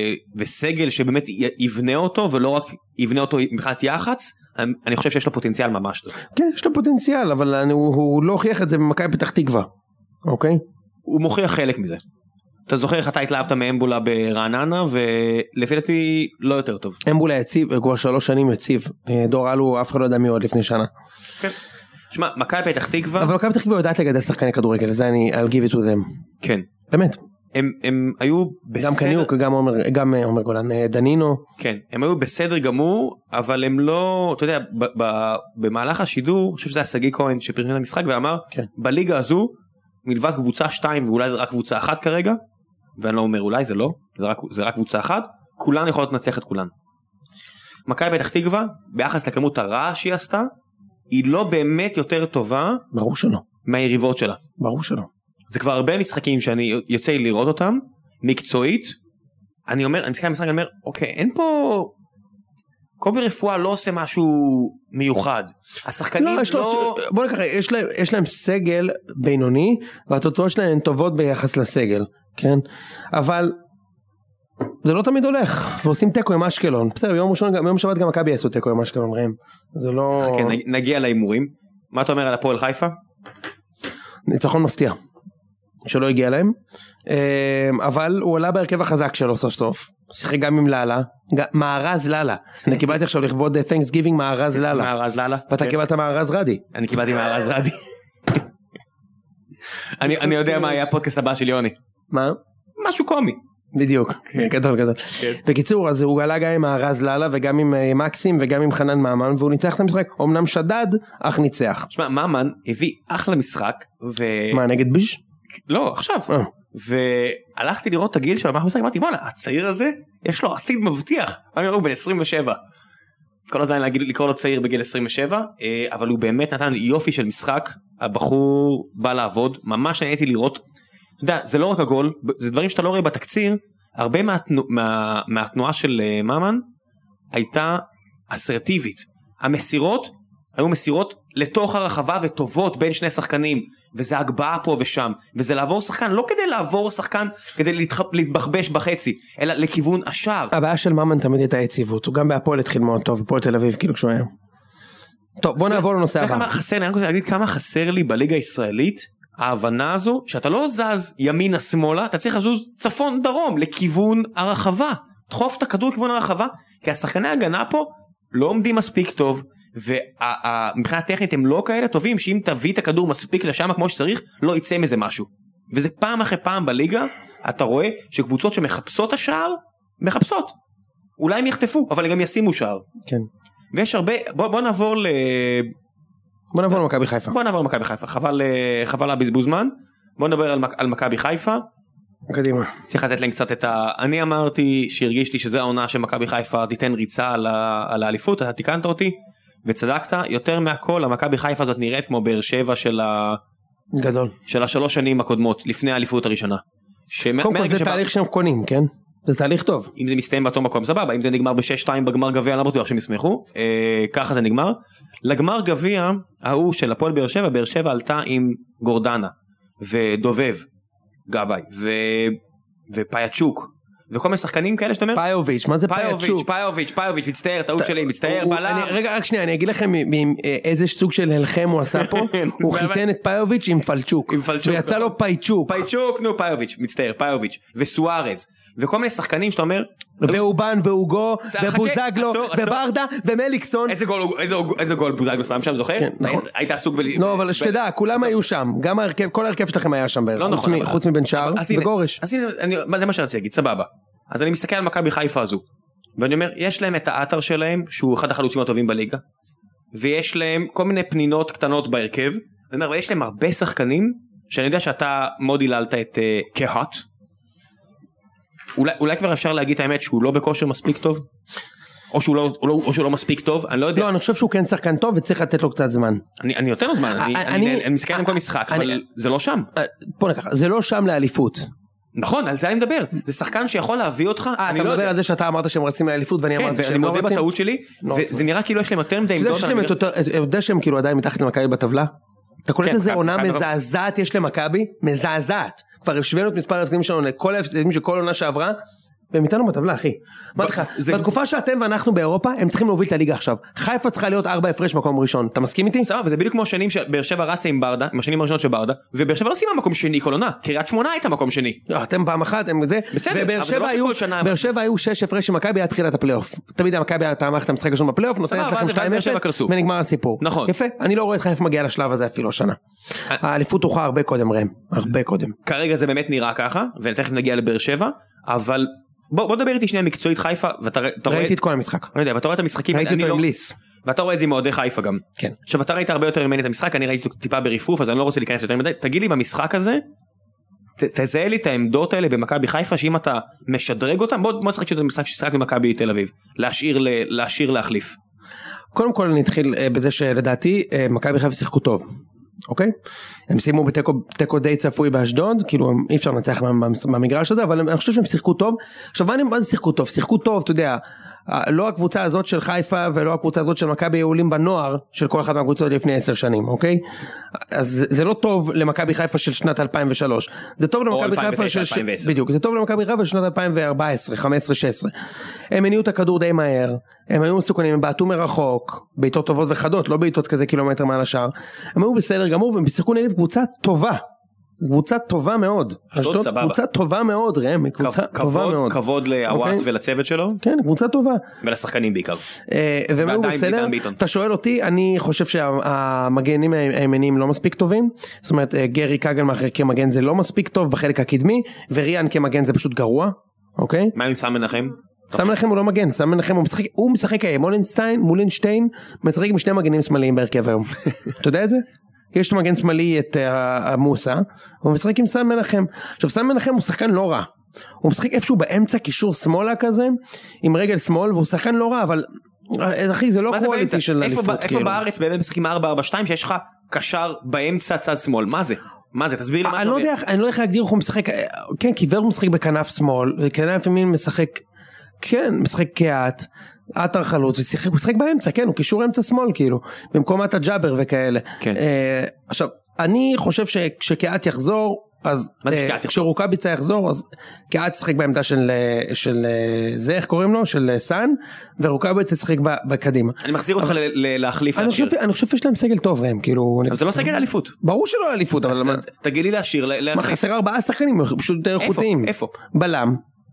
וסגל שבאמת יבנה אותו, ולא רק יבנה אותו מבחינת יח"צ, אני חושב שיש לו פוטנציאל ממש טוב. כן, יש לו פוטנציאל, אבל הוא לא הוכיח את זה במכבי פתח תקווה, אוקיי? הוא מוכיח חלק מזה. אתה זוכר איך אתה התלהבת מאמבולה ברעננה, ולפי דעתי לא יותר טוב. אמבולה יציב, כבר שלוש שנים יציב, דור אלו אף אחד לא יודע מי עוד לפני שנה. כן. שמע, מכבי פתח תקווה... אבל מכבי פתח תקווה יודעת לגדל שחקני כדורגל, זה אני, I'll give it to them. כן. באמת. הם, הם היו בסדר... גם קניוק, גם עומר, גם עומר גולן, דנינו. כן, הם היו בסדר גמור, אבל הם לא, אתה יודע, ב, ב, במהלך השידור, אני חושב שזה היה סגי כהן שפרסם את המשחק, ואמר, כן. בליגה הזו, מלבד קבוצה שתיים, ואולי זה רק קבוצה אחת כרגע, ואני לא אומר אולי, זה לא, זה רק, זה רק קבוצה אחת, כולן יכולות לנצח את כולן. מכבי פתח תקווה, ביחס לכמות הרעש שהיא עשתה, היא לא באמת יותר טובה, ברור שלא, מהיריבות שלה. ברור שלא. זה כבר הרבה משחקים שאני יוצא לראות אותם, מקצועית, אני אומר, אני מסתכל על המשחק, אני אומר, אוקיי, אין פה, קובי רפואה לא עושה משהו מיוחד. השחקנים לא... לא... בוא נקרא, יש להם, יש להם סגל בינוני, והתוצאות שלהם הן טובות ביחס לסגל, כן? אבל זה לא תמיד הולך, ועושים טקו עם אשקלון. בסדר, ביום ראשון, ביום שבת גם מכבי יעשו טקו עם אשקלון, ראם. זה לא... כן, נגיע לאימורים. מה אתה אומר על הפועל חיפה? ניצחון מפתיע. שלא הגיע להם. אבל הוא עלה בהרכב החזק שלו סוף סוף. שיחק גם עם לאלה. מארז לאלה. אני קיבלתי עכשיו לכבוד Thanksgiving מארז לאלה. מארז לאלה. ואתה קיבלת מארז רדי. אני קיבלתי מארז רדי. אני יודע מה היה הפודקאסט הבא של יוני. מה? משהו קומי. בדיוק, גדול גדול. בקיצור, אז הוא עלה גם עם הארז לאלה וגם עם מקסים וגם עם חנן מאמן, והוא ניצח את המשחק, אמנם שדד, אך ניצח. תשמע, מאמן הביא אחלה משחק, ו... מה, נגד ביש? לא, עכשיו. והלכתי לראות את הגיל שלו, מה הוא משחק, אמרתי, מה, הצעיר הזה, יש לו עתיד מבטיח. אני רואה, בן עשרים ושבע. כל הזמן להגיד, לקרוא לו צעיר בגיל עשרים ושבע, אבל הוא באמת נתן יופי של משחק, הבחור בא לעבוד, ממש נהניתי לראות, אתה יודע, זה לא רק הגול, זה דברים שאתה לא רואה בתקציר, הרבה מהתנוע, מה, מהתנועה של מאמן, הייתה אסרטיבית. המסירות, היו מסירות לתוך הרחבה וטובות בין שני שחקנים, וזה הגבהה פה ושם, וזה לעבור שחקן, לא כדי לעבור שחקן, כדי להתח... להתבחבש בחצי, אלא לכיוון השאר. הבעיה של מאמן תמיד הייתה יציבות, הוא גם בהפועל התחיל מאוד טוב, בפועל תל אביב, כאילו כשהוא היה. טוב, בוא נעבור לנושא הבא. חסר, אני רוצה להגיד כמה חסר לי בליגה הישראלית, ההבנה הזו, שאתה לא זז ימינה שמאלה, אתה צריך לזוז צפון דרום, לכיוון הרחבה. דחוף את הכדור לכיוון הרחבה, כי השחקני ההגנה פה לא עומדים מספיק טוב, ומבחינה טכנית הם לא כאלה טובים, שאם תביא את הכדור מספיק לשם כמו שצריך, לא יצא מזה משהו. וזה פעם אחרי פעם בליגה, אתה רואה שקבוצות שמחפשות השער, מחפשות. אולי הם יחטפו, אבל גם ישימו שער. כן. ויש הרבה, בוא, בוא נעבור ל... בוא נעבור למכבי חיפה. בוא נעבור למכבי חיפה, חבל, חבל לבזבוז זמן. בוא נדבר על, על מכבי חיפה. קדימה. צריך לתת להם קצת את ה... אני אמרתי שהרגיש לי שזה העונה שמכבי חיפה תיתן ריצה על, ה... על האליפות, אתה תיקנת אותי, וצדקת, יותר מהכל, המכבי חיפה הזאת נראית כמו באר שבע של ה... גדול. של השלוש שנים הקודמות, לפני האליפות הראשונה. קודם כל זה תהליך שהם קונים, כן? זה תהליך טוב. אם זה מסתיים באותו מקום, סבבה. אם זה נגמר ב-שש שתיים בגמר גביע, אני לא בטוח שהם ישמחו. אה, ככה זה נגמר. לגמר גביע, ההוא של הפועל באר שבע, באר שבע עלתה עם גורדנה, ודובב, גבאי, ו... ופייצ'וק, וכל מיני שחקנים כאלה שאתה אומר, פאיוביץ', מה זה פאיצ'וק? פאיוביץ', פאיוביץ', מצטער, טעות שלי, מצטער, בלם. רגע, רק שנייה, אני אגיד לכם איזה סוג של הלחם הוא עשה פה, הוא חיתן את פאיוביץ' עם פלצ'וק, ויצא לו פאיצ'וק. פאיצ'וק, נו, פאיוביץ', מצטער, פאיוביץ', וסוארז, וכל מיני שחקנים שאתה אומר, ואובן, ואוגו, ובוזגלו, וברדה, ומליקסון. איזה גול בוזגלו שם שם, זוכר? היית עסוק ב... לא, אבל שתדע, כולם היו שם, גם כל ההרכב שלכם היה שם בערך, חוץ מבן שער וגורש. אז זה מה שרציתי להגיד, סבבה. אז אני מסתכל על מכבי חיפה הזו, ואני אומר, יש להם את האתר שלהם, שהוא אחד החלוצים הטובים בליגה, ויש להם כל מיני פנינות קטנות בהרכב, ואני אומר, ויש להם הרבה שחקנים, שאני יודע שאתה מאוד היללת את קהת, אולי, אולי כבר אפשר להגיד את האמת שהוא לא בכושר מספיק טוב, או שהוא לא, או לא, או שהוא לא מספיק טוב, אני לא יודע. לא, אני חושב שהוא כן שחקן טוב וצריך לתת לו קצת זמן. אני, אני יותר זמן, אני, אני, אני, אני מסתכל עם כל משחק, אבל זה לא שם. בוא נקח, זה לא שם לאליפות. נכון, על זה אני מדבר, זה שחקן שיכול להביא אותך. אתה מדבר על זה שאתה אמרת שהם רצים לאליפות ואני אמרתי שהם לא רצים. אני מודה בטעות שלי, זה נראה כאילו יש להם יותר מדי עמדות. אתה יודע שהם כאילו עדיין מתחת למכבי בטבלה? אתה קולט איזה עונה מזעזעת יש למכבי? מזעזעת. כבר השווינו את מספר ההפסדים שלנו לכל ההפסדים של כל עונה שעברה, והם איתנו בטבלה, אחי. אמרתי לך, בתקופה שאתם ואנחנו באירופה, הם צריכים להוביל את הליגה עכשיו. חיפה צריכה להיות ארבע הפרש מקום ראשון. אתה מסכים איתי? סבבה, וזה בדיוק כמו השנים שבאר שבע רצה עם ברדה, עם השנים הראשונות של ברדה, ובאר שבע לא סיימה מקום שני כל עונה, קריית שמונה הייתה מקום שני. אתם פעם אחת, הם זה. בסדר, אבל זה לא שכל שנה. באר שבע היו שש הפרש עם מכבי עד תחילת הפלייאוף. תמיד המכבי הייתה מערכת המשחק הראשון בפלייאוף, נותנת לכם שתיים אפס ונגמר הסיפור. נכון. יפה. אני לא רואה את חיפה מגיעה לשלב הזה אפילו השנה. האליפות הוכחה הרבה קודם, ראם, הרבה קודם. כרגע זה באמת נראה ככה, ותכף נגיע לבאר שבע, אבל בוא, בוא דבר איתי שנייה מקצועית חיפה, ואתה רואה... ראיתי את כל המשחק. אני יודע, ואתה רואה את המשחקים... ראיתי אותו עם ליס. ואתה רואה את זה עם אוהדי חיפה גם. כן. עכשיו, אתה ראית הרבה יותר ממני את המשחק, אני ראיתי טיפה בריפוף, אז אני לא רוצה להיכנס יותר מדי. תגיד לי במשחק הזה, ת, תזהה לי את העמדות האלה במכבי חיפה, שאם אתה משדרג אותם, בוא, בוא נשחק את המשחק ששחק במכבי תל אביב, להשאיר, להשאיר להחליף. קודם כל נתחיל בזה שלדעתי, מכבי חיפה שיחקו טוב. אוקיי? הם סיימו בתיקו די צפוי באשדוד, כאילו אי אפשר לנצח במגרש הזה, אבל אני חושב שהם שיחקו טוב. עכשיו מה זה שיחקו טוב? שיחקו טוב, אתה יודע, לא הקבוצה הזאת של חיפה ולא הקבוצה הזאת של מכבי עולים בנוער של כל אחת מהקבוצות לפני עשר שנים, אוקיי? אז זה לא טוב למכבי חיפה של שנת אלפיים ושלוש, זה טוב למכבי חיפה של בדיוק, זה טוב למכבי חיפה של שנת אלפיים וארבע עשרה, חמש עשרה, שש עשרה. הם הניעו את הכדור די מהר, הם היו מסוכנים, הם בעטו מרחוק, בעיטות טובות וחדות, לא בעיטות כזה קילומטר מעל השאר. הם היו בסדר גמור והם שיחקו נגד קבוצה טובה. קבוצה טובה מאוד. קבוצה טובה מאוד, ראם, קבוצה טובה מאוד. כבוד לעוואט ולצוות שלו. כן, קבוצה טובה. ולשחקנים בעיקר. והם בסדר. אתה שואל אותי, אני חושב שהמגנים הימניים לא מספיק טובים. זאת אומרת, גרי קגלמאכר כמגן זה לא מספיק טוב בחלק הקדמי, וריאן כמגן זה פשוט גרוע. אוקיי? מה עם סם מנחם? סם מנחם הוא לא מגן, סם מנחם הוא משחק, הוא משחק מולנשטיין, מולנשטיין, משחק עם שני מגנים שמאליים בהרכב היום. אתה יודע את זה? יש מגן שמאלי את המוסה, הוא משחק עם סם מנחם. עכשיו סם מנחם הוא שחקן לא רע, הוא משחק איפשהו באמצע קישור שמאלה כזה, עם רגל שמאל, והוא שחקן לא רע, אבל אחי זה לא קואליטי של אליפות. איפה בארץ באמת משחקים ארבע ארבע שתיים שיש לך קשר באמצע צד שמאל, מה זה? מה זה? תסביר לי מה אני לא יודע, אני לא יודע איך להגדיר איך הוא משחק, כן, קיוור הוא משחק בכנף שמאל, וכנף ימין משחק, כן, משחק כעט, עטר חלוץ, הוא משחק באמצע, כן, הוא קישור אמצע שמאל, כאילו, במקום עטה ג'אבר וכאלה. כן. עכשיו, אני חושב שכשקעט יחזור, אז כשרוקאביצה יחזור, אז קעט ישחק בעמדה של זה, איך קוראים לו? של סן, ורוקאביצה ישחק בקדימה. אני מחזיר אותך להחליף. אני חושב שיש להם סגל טוב רם, כאילו. אז זה לא סגל אליפות. ברור שלא אליפות, אבל תגיד לי להשאיר. מה, חסר ארבעה שחקנים, פשוט יותר איכותיים. איפה? בלם.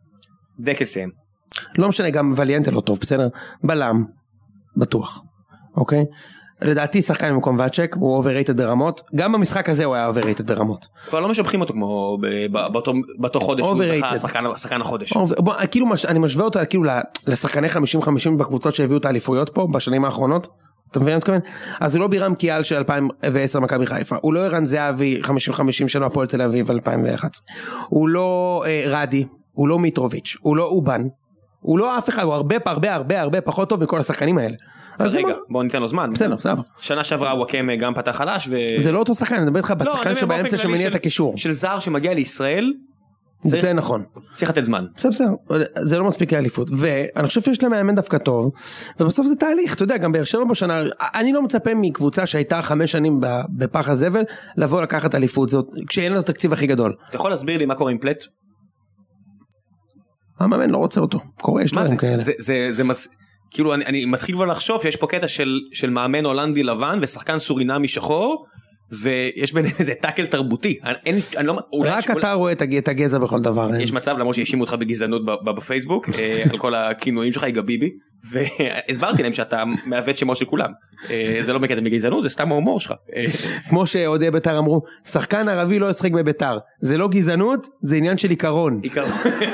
דקלסן. לא משנה, גם וליאנטה לא טוב, בסדר? בלם, בטוח, אוקיי? לדעתי שחקן במקום ואצ'ק, הוא אובררייטד ברמות, גם במשחק הזה הוא היה אובררייטד ברמות. כבר לא משבחים אותו כמו באותו חודש, הוא שחקן החודש. כאילו אני משווה אותו כאילו לשחקני חמישים חמישים בקבוצות שהביאו את האליפויות פה בשנים האחרונות, אתה מבין מה מתכוון? אז הוא לא בירם קיאל של אלפיים ועשר מכבי חיפה, הוא לא ערן זהבי חמישים חמישים שלו הפועל תל אביב אלפיים ואחת עשרה, הוא לא רדי, הוא לא מיטרוביץ', הוא לא אובן, הוא לא אף אחד, הוא הרבה הרבה הרבה הרבה פחות טוב מכל השחקנים האלה. רגע, בוא ניתן לו זמן. בסדר, בסדר. שנה שעברה הוא הקם גם פתח חלש ו... זה לא אותו שחקן, אני מדבר איתך בשחקן שבאמצע שמניע את הקישור. של זר שמגיע לישראל. זה נכון. צריך לתת זמן. בסדר, בסדר. זה לא מספיק לאליפות. ואני חושב שיש להם מאמן דווקא טוב, ובסוף זה תהליך, אתה יודע, גם באר שבע בשנה, אני לא מצפה מקבוצה שהייתה חמש שנים בפח הזבל, לבוא לקחת אליפות, כשאין לה את התקציב הכי גדול. אתה יכול להסביר לי מה קורה עם פלט? המאמן לא רוצה אותו, קורה, יש דברים כאלה. זה, זה, זה מס... כאילו אני, אני מתחיל כבר לחשוב שיש פה קטע של, של מאמן הולנדי לבן ושחקן סורינמי שחור, ויש ביניהם איזה טאקל תרבותי. אין, אני לא, רק אתה רואה את הגזע בכל דבר. יש מצב, למרות שהאשימו אותך בגזענות בפייסבוק, על כל הכינויים שלך, יגע ביבי, והסברתי להם שאתה מעוות שמות של כולם. זה לא מקדם בגזענות, זה סתם ההומור שלך. כמו שאוהדי בית"ר אמרו, שחקן ערבי לא ישחק בבית"ר. זה לא גזענות, זה עניין של עיקרון. עיקרון.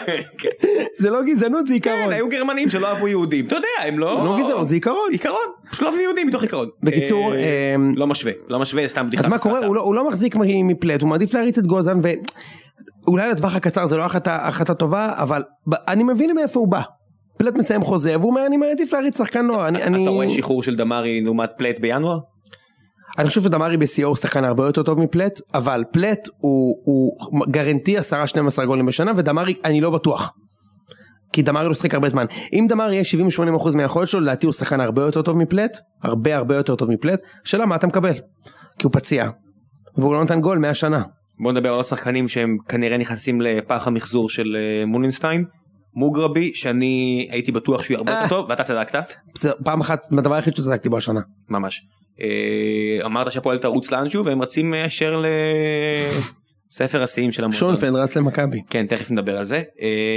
זה לא גזענות, זה עיקרון. כן, היו גרמנים שלא אהבו יהודים. אתה יודע, הם לא... לא גזענות, זה עיקרון. עיקרון. שלא אהבו יהודים מתוך עיקרון. בקיצור... לא משווה. לא משווה, סתם בדיחה. אז מה קורה? הוא לא מחזיק מפלט, הוא מעדיף להריץ את גוזן, ואולי לטווח הקצר זה לא החלטה טובה, אבל אני מבין מאיפה הוא בא. פלט מסיים חוזה, והוא אומר, אני מעדיף להריץ שחקן נוער. אתה רואה שחרור של דמרי לעומת פלט בינואר? אני חושב שדמרי ב-סי או הוא שחקן הרבה יותר טוב מפלט, אבל פלט הוא גרנטי עשרה שנים עשר גולים בשנה, ודמרי אני לא בטוח. כי דמרי לא שחק הרבה זמן. אם דמרי יהיה שבעים ושמונים אחוז מהיכולת שלו, לדעתי הוא שחקן הרבה יותר טוב מפלט, הרבה הרבה יותר טוב מפלט. שאלה, מה אתה מקבל? כי הוא פציע, והוא לא נתן גול מאה שנה. בוא נדבר על עוד שחקנים שהם כנראה נכנסים לפח המחזור של מולינסטיין. מוגרבי, שאני הייתי בטוח שהוא הרבה יותר טוב, ואתה צדקת. פעם אחת, מהדבר היחיד שצדקתי בו השנה. ממש. אמרת שהפועל תרוץ לאנשהו, והם רצים אשר לספר השיאים של המועדון. שונפלד רץ למכבי. כן, תכף נדבר על זה.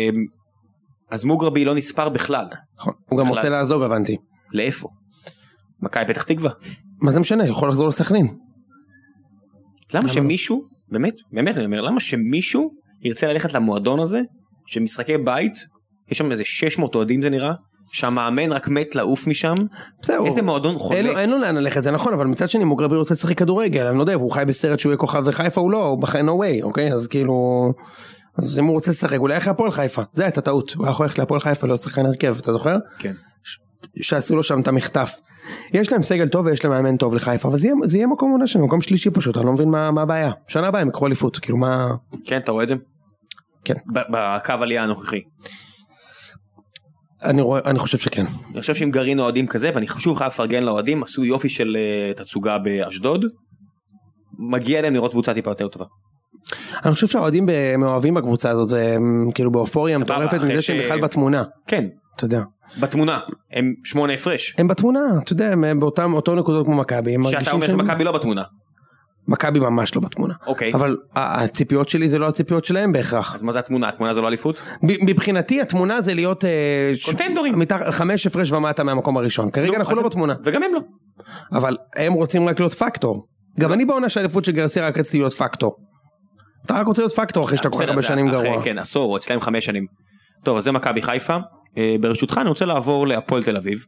אז מוגרבי לא נספר בכלל. הוא גם רוצה לעזוב, הבנתי. לאיפה? מכבי פתח תקווה. מה זה משנה? יכול לחזור לסכנין. למה שמישהו, באמת, באמת אני אומר, למה שמישהו ירצה ללכת למועדון הזה, שמשחקי בית, יש שם איזה שש מאות אוהדים זה נראה, שהמאמן רק מת לעוף משם, איזה מועדון חולה. אין לו לאן ללכת, זה נכון, אבל מצד שני מוגרבי רוצה לשחק כדורגל, אני לא יודע, הוא חי בסרט שהוא יהיה כוכב וחיפה או לא, הוא בחיים no way, אוקיי? אז כאילו, אז אם הוא רוצה לשחק, הוא הולך להפועל חיפה, זה הייתה טעות, הוא יכול ללכת להפועל חיפה, לא שחקן הרכב, אתה זוכר? כן. שעשו לו שם את המחטף. יש להם סגל טוב ויש להם מאמן טוב לחיפה, אבל זה יהיה, זה יהיה מקום עונה שם, מקום שלישי פשוט, אני לא מבין מה, מה הבעיה. שנה הבאה הם יקחו אליפות, כאילו מה... כן, אתה רואה את זה? כן. בקו עלייה הנוכחי. אני רואה, אני חושב שכן. אני חושב שאם גרעין אוהדים כזה, ואני חשוב חייב לפרגן לאוהדים, עשו יופי של uh, תצוגה באשדוד, מגיע להם לראות קבוצה טיפה יותר טובה. אני חושב שהאוהדים מאוהבים בקבוצה הזאת, זה כאילו באופוריה מטורפת, מזה שהם בכלל בתמונה. כן. אתה יודע. בתמונה, הם שמונה הפרש. הם בתמונה, אתה יודע, הם באותם, אותו נקודות כמו מכבי. שאתה אומר שמכבי לא בתמונה. מכבי ממש לא בתמונה. אוקיי. אבל הציפיות שלי זה לא הציפיות שלהם בהכרח. אז מה זה התמונה? התמונה זה לא אליפות? מבחינתי התמונה זה להיות... קונטנדורים. חמש הפרש ומטה מהמקום הראשון. כרגע אנחנו לא בתמונה. וגם הם לא. אבל הם רוצים רק להיות פקטור. גם אני בעונה של אליפות של גרסיה רק רציתי להיות פקטור. אתה רק רוצה להיות פקטור אחרי שאתה כל כך הרבה שנים גרוע. כן, עשור, אצלם חמש שנים. טוב, אז זה מכבי חיפה. ברשותך אני רוצה לעבור להפועל תל אביב.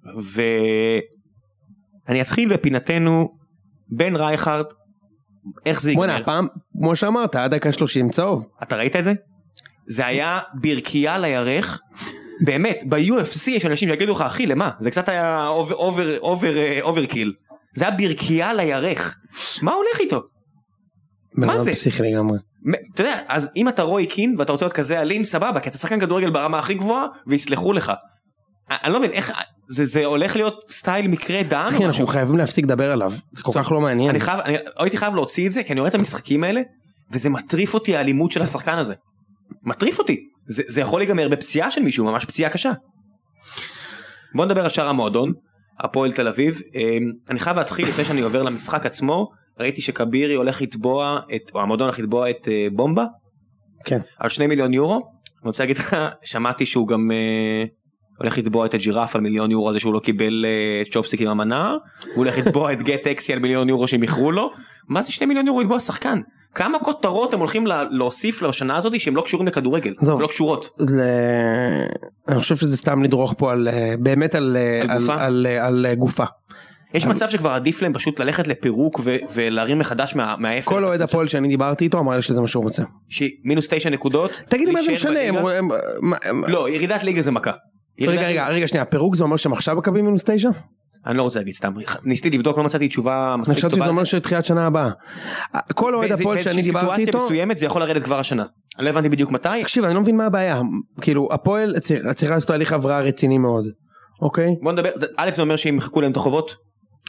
ואני אתחיל בפינתנו בן רייכרד. איך זה ייגמר? הפעם, כמו שאמרת, עד דקה שלושים צהוב. אתה ראית את זה? זה היה ברכייה לירך. באמת, ב-יו אף סי יש אנשים שיגידו לך, אחי, למה? זה קצת היה אוברקיל. זה היה ברכייה לירך. מה הולך איתו? מה זה? פסיכי לגמרי. אתה יודע, אז אם אתה רוי קין ואתה רוצה להיות כזה אלים, סבבה, כי אתה שחקן כדורגל ברמה הכי גבוהה, ויסלחו לך. אני לא מבין, איך, זה, זה הולך להיות סטייל מקרה דם? אחי, אנחנו חייבים להפסיק לדבר עליו, זה כל כך לא מעניין. אני חייב, אני הייתי חייב להוציא את זה, כי אני רואה את המשחקים האלה, וזה מטריף אותי האלימות של השחקן הזה. מטריף אותי. זה, זה יכול להיגמר בפציעה של מישהו, ממש פציעה קשה. בוא נדבר על שאר המועדון, הפועל תל אביב. אני חייב להתחיל לפני שאני עובר למשחק עצמו, ראיתי שקבירי הולך לתבוע, את, או המועדון הולך לתבוע את בומבה. כן. על שני מיליון יורו. אני רוצה להגיד לך, שמעתי שהוא גם... הולך לתבוע את הג'ירף על מיליון יורו הזה שהוא לא קיבל צ'ופסטיק עם המנה, הוא הולך לתבוע את גט אקסי על מיליון יורו שהם יכרו לו. מה זה שני מיליון יורו לתבוע שחקן? כמה כותרות הם הולכים להוסיף לשנה הזאת שהם לא קשורים לכדורגל, לא קשורות? אני חושב שזה סתם לדרוך פה באמת על גופה. יש מצב שכבר עדיף להם פשוט ללכת לפירוק ולהרים מחדש מהאפל. כל אוהד הפועל שאני דיברתי איתו אמר לי שזה מה שהוא רוצה. מינוס תשע נקודות. תגיד לי מה זה משנה? לא, ירידת ליגה זה מכה. רגע, רגע, רגע, שנייה, פירוק זה אומר שהם עכשיו מקבלים מינוס תשע? אני לא רוצה להגיד סתם, ניסיתי לבדוק, לא מצאתי תשובה מספיק טובה. אני חשבתי זה אומר שתחילת שנה הבאה. כל אוהד הפועל שאני דיברתי איתו... בסיטואציה מסוימת זה יכול לרדת כבר השנה. אני לא הבנתי בדיוק מתי. תקשיב, אני לא מבין מה הבעיה. כאילו, הפועל צריכה לעשות תהליך הבראה רציני מאוד. אוקיי? בוא נדבר, א' זה אומר שהם יחכו להם את החובות?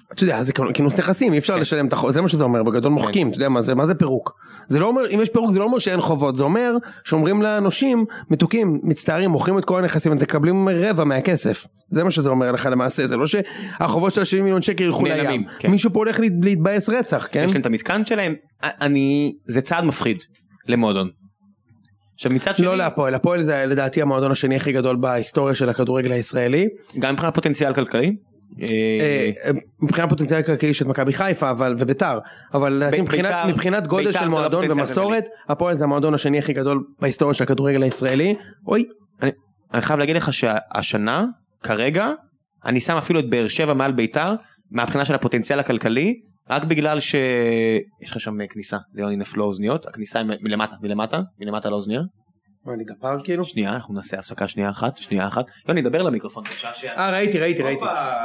אתה יודע, זה כינוס נכסים, אי אפשר לשלם את החוב, זה מה שזה אומר, בגדול מוחקים, אתה יודע מה זה, מה זה פירוק? זה לא אומר, אם יש פירוק זה לא אומר שאין חובות, זה אומר שאומרים לנושים, מתוקים, מצטערים, מוכרים את כל הנכסים, אתם תקבלים רבע מהכסף, זה מה שזה אומר לך למעשה, זה לא שהחובות של שבעים מיליון שקל ילכו לים, מישהו פה הולך להתבאס רצח, כן? יש להם את המתקן שלהם, אני, זה צעד מפחיד למועדון. עכשיו מצד שני... לא להפועל, הפועל זה לדעתי המועדון השני הכי גדול בהיסטוריה של הכדורגל הישראלי. גם מבחינת פוטנציאל כלכלי? מבחינת פוטנציאל כלכלי של מכבי חיפה וביתר, אבל מבחינת גודל של מועדון ומסורת, הפועל זה המועדון השני הכי גדול בהיסטוריה של הכדורגל הישראלי. אוי, אני חייב להגיד לך שהשנה, כרגע, אני שם אפילו את באר שבע מעל ביתר, מהבחינה של הפוטנציאל הכלכלי, רק בגלל שיש לך שם כניסה, ליוני נפלו אוזניות, הכניסה היא מלמטה, מלמטה, מלמטה לאוזניה. מה, אני דפר כאילו? שנייה, אנחנו נעשה הפסקה שנייה אחת, שנייה אחת. יוני, דבר למיקרופון. אה, ראיתי, ראיתי, ראיתי.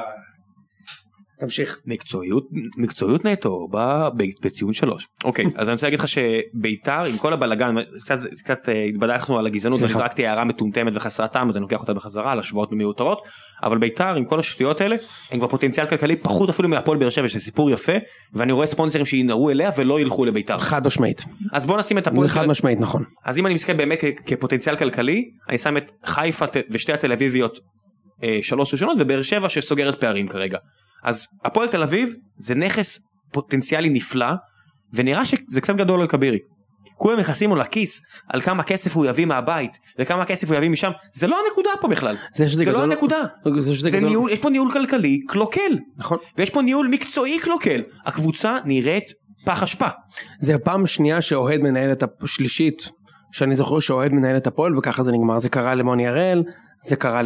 תמשיך. מקצועיות, מקצועיות נטו, בציון שלוש. אוקיי, אז אני רוצה להגיד לך שביתר, עם כל הבלגן, קצת התבדחנו על הגזענות, וזרקתי הערה מטומטמת וחסרת טעם, אז אני לוקח אותה בחזרה, על השוואות מיותרות, אבל ביתר, עם כל השטויות האלה, הם כבר פוטנציאל כלכלי פחות אפילו מהפועל באר שבע, שזה סיפור יפה, ואני רואה ספונסרים שינערו אליה ולא ילכו לביתר. חד משמעית. אז בוא נשים את הפועל. חד משמעית, נכון. אז אם אני מסתכל באמת כפוטנציאל כלכלי, אני שם את חיפה ושתי התל אביביות שלוש ראשונות, ובאר שבע שסוגרת פערים כרגע. אז הפועל תל אביב זה נכס פוטנציאלי נפלא, ונראה שזה קצת גדול על כבירי. כולם מכסים לו לכיס על כמה כסף הוא יביא מהבית, וכמה כסף הוא יביא משם, זה לא הנקודה פה בכלל. זה, זה לא הנקודה. זה שזה זה גדול. ניהול, יש פה ניהול כלכלי קלוקל. נכון. ויש פה ניהול מקצועי קלוקל. הקבוצה נראית פח אשפה. זה הפעם שנייה שאוהד מנהל את השלישית, שאני זוכר שאוהד מנהל את הפועל, וככה זה נגמר. זה קרה למוני הראל, זה קרה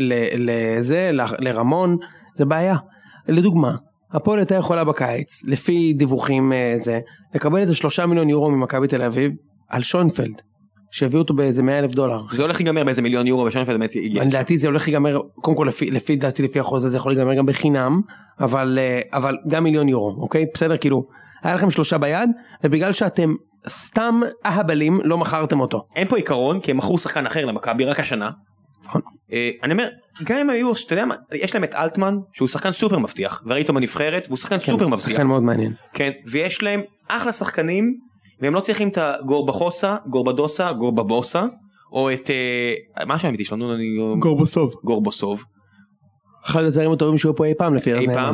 לזה, לרמון, זה בעיה. לדוגמה, הפועל הייתה יכולה בקיץ, לפי דיווחים זה, לקבל איזה שלושה מיליון יורו ממכבי תל אביב, על שוינפלד, שהביאו אותו באיזה מאה אלף דולר. זה הולך להיגמר באיזה מיליון יורו, ושוינפלד באמת הגיע. אני דעתי זה הולך להיגמר, קודם כל לפי, לפי דעתי לפי החוזה זה יכול להיגמר גם בחינם, אבל, אבל גם מיליון יורו, אוקיי? בסדר, כאילו, היה לכם שלושה ביד, ובגלל שאתם סתם אהבלים, לא מכרתם אותו. אין פה עיקרון, כי הם מכרו שחקן אחר למכבי רק השנה. נכון. אני אומר, גם אם היו, אתה יודע מה, יש להם את אלטמן, שהוא שחקן סופר מבטיח, וראית אותו בנבחרת, והוא שחקן סופר מבטיח. שחקן מאוד מעניין. כן, ויש להם אחלה שחקנים, והם לא צריכים את הגורבחוסה, גורבדוסה, גורבבוסה, או את, מה שם איתי שלנו? גורבוסוב. גורבוסוב. אחד הזרים הטובים שהוא פה אי פעם, לפי אי פעם,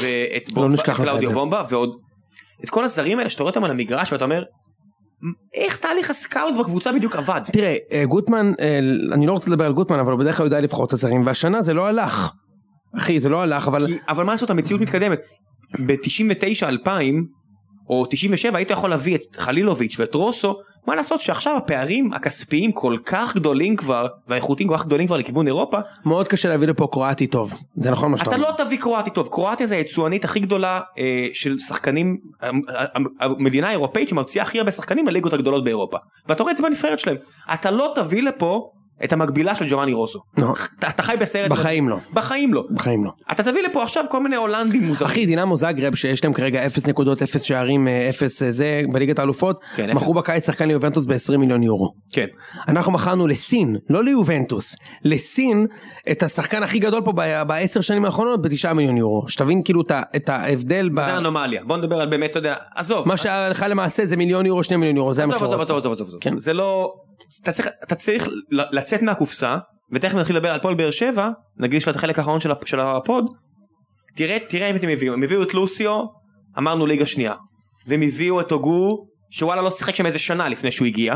ואת קלאודיו בומבה, ועוד, את כל הזרים האלה שאתה רואה אותם על המגרש, ואתה אומר, איך תהליך הסקאוט בקבוצה בדיוק עבד? תראה, גוטמן, אני לא רוצה לדבר על גוטמן, אבל הוא בדרך כלל יודע לבחור את הזרים, והשנה זה לא הלך. אחי, זה לא הלך, אבל... אבל מה לעשות, המציאות מתקדמת. ב-תשעים ותשע אלפיים, או תשעים ושבע, היית יכול להביא את חלילוביץ' ואת רוסו, מה לעשות שעכשיו הפערים הכספיים כל כך גדולים כבר, והאיכותיים כל כך גדולים כבר לכיוון אירופה, מאוד קשה להביא לפה קרואטי טוב, זה נכון מה שאתה אומר. אתה לא תביא קרואטי טוב, קרואטיה זה היצואנית הכי גדולה אה, של שחקנים, המדינה האירופאית שמוציאה הכי הרבה שחקנים הליגות הגדולות באירופה, ואתה רואה את זה בנבחרת שלהם, אתה לא תביא לפה את המקבילה של ג'ובאני רוסו. אתה חי בסרט... בחיים לא. בחיים לא. בחיים לא. אתה תביא לפה עכשיו כל מיני הולנדים מוזרים. אחי, דינמו זאגרב שיש להם כרגע אפס נקודות, אפס שערים, אפס זה, בליגת האלופות, מכרו בקיץ שחקן ליובנטוס ב-עשרים מיליון יורו. כן. אנחנו מכרנו לסין, לא ליובנטוס, לסין, את השחקן הכי גדול פה בעשר שנים האחרונות ב-תשעה מיליון יורו. שתבין כאילו את ההבדל ב... זה אנומליה. בוא נדבר על באמת, אתה יודע, עזוב. מה שהלכה למעשה זה מיליון יורו, שני מיליון יורו, זה המחירות. עזוב, עזוב, עזוב, עזוב. זה לא... אתה צריך, אתה צריך לצאת מהקופסה, ותכף נתחיל לדבר על פועל באר שבע, נגיד את החלק האחרון של הפוד, תראה, תראה אם אתם הביאו, הם הביאו את לוסיו, אמרנו ליגה שנייה, והם הביאו את אוגו, שוואלה לא שיחק שם איזה שנה לפני שהוא הגיע,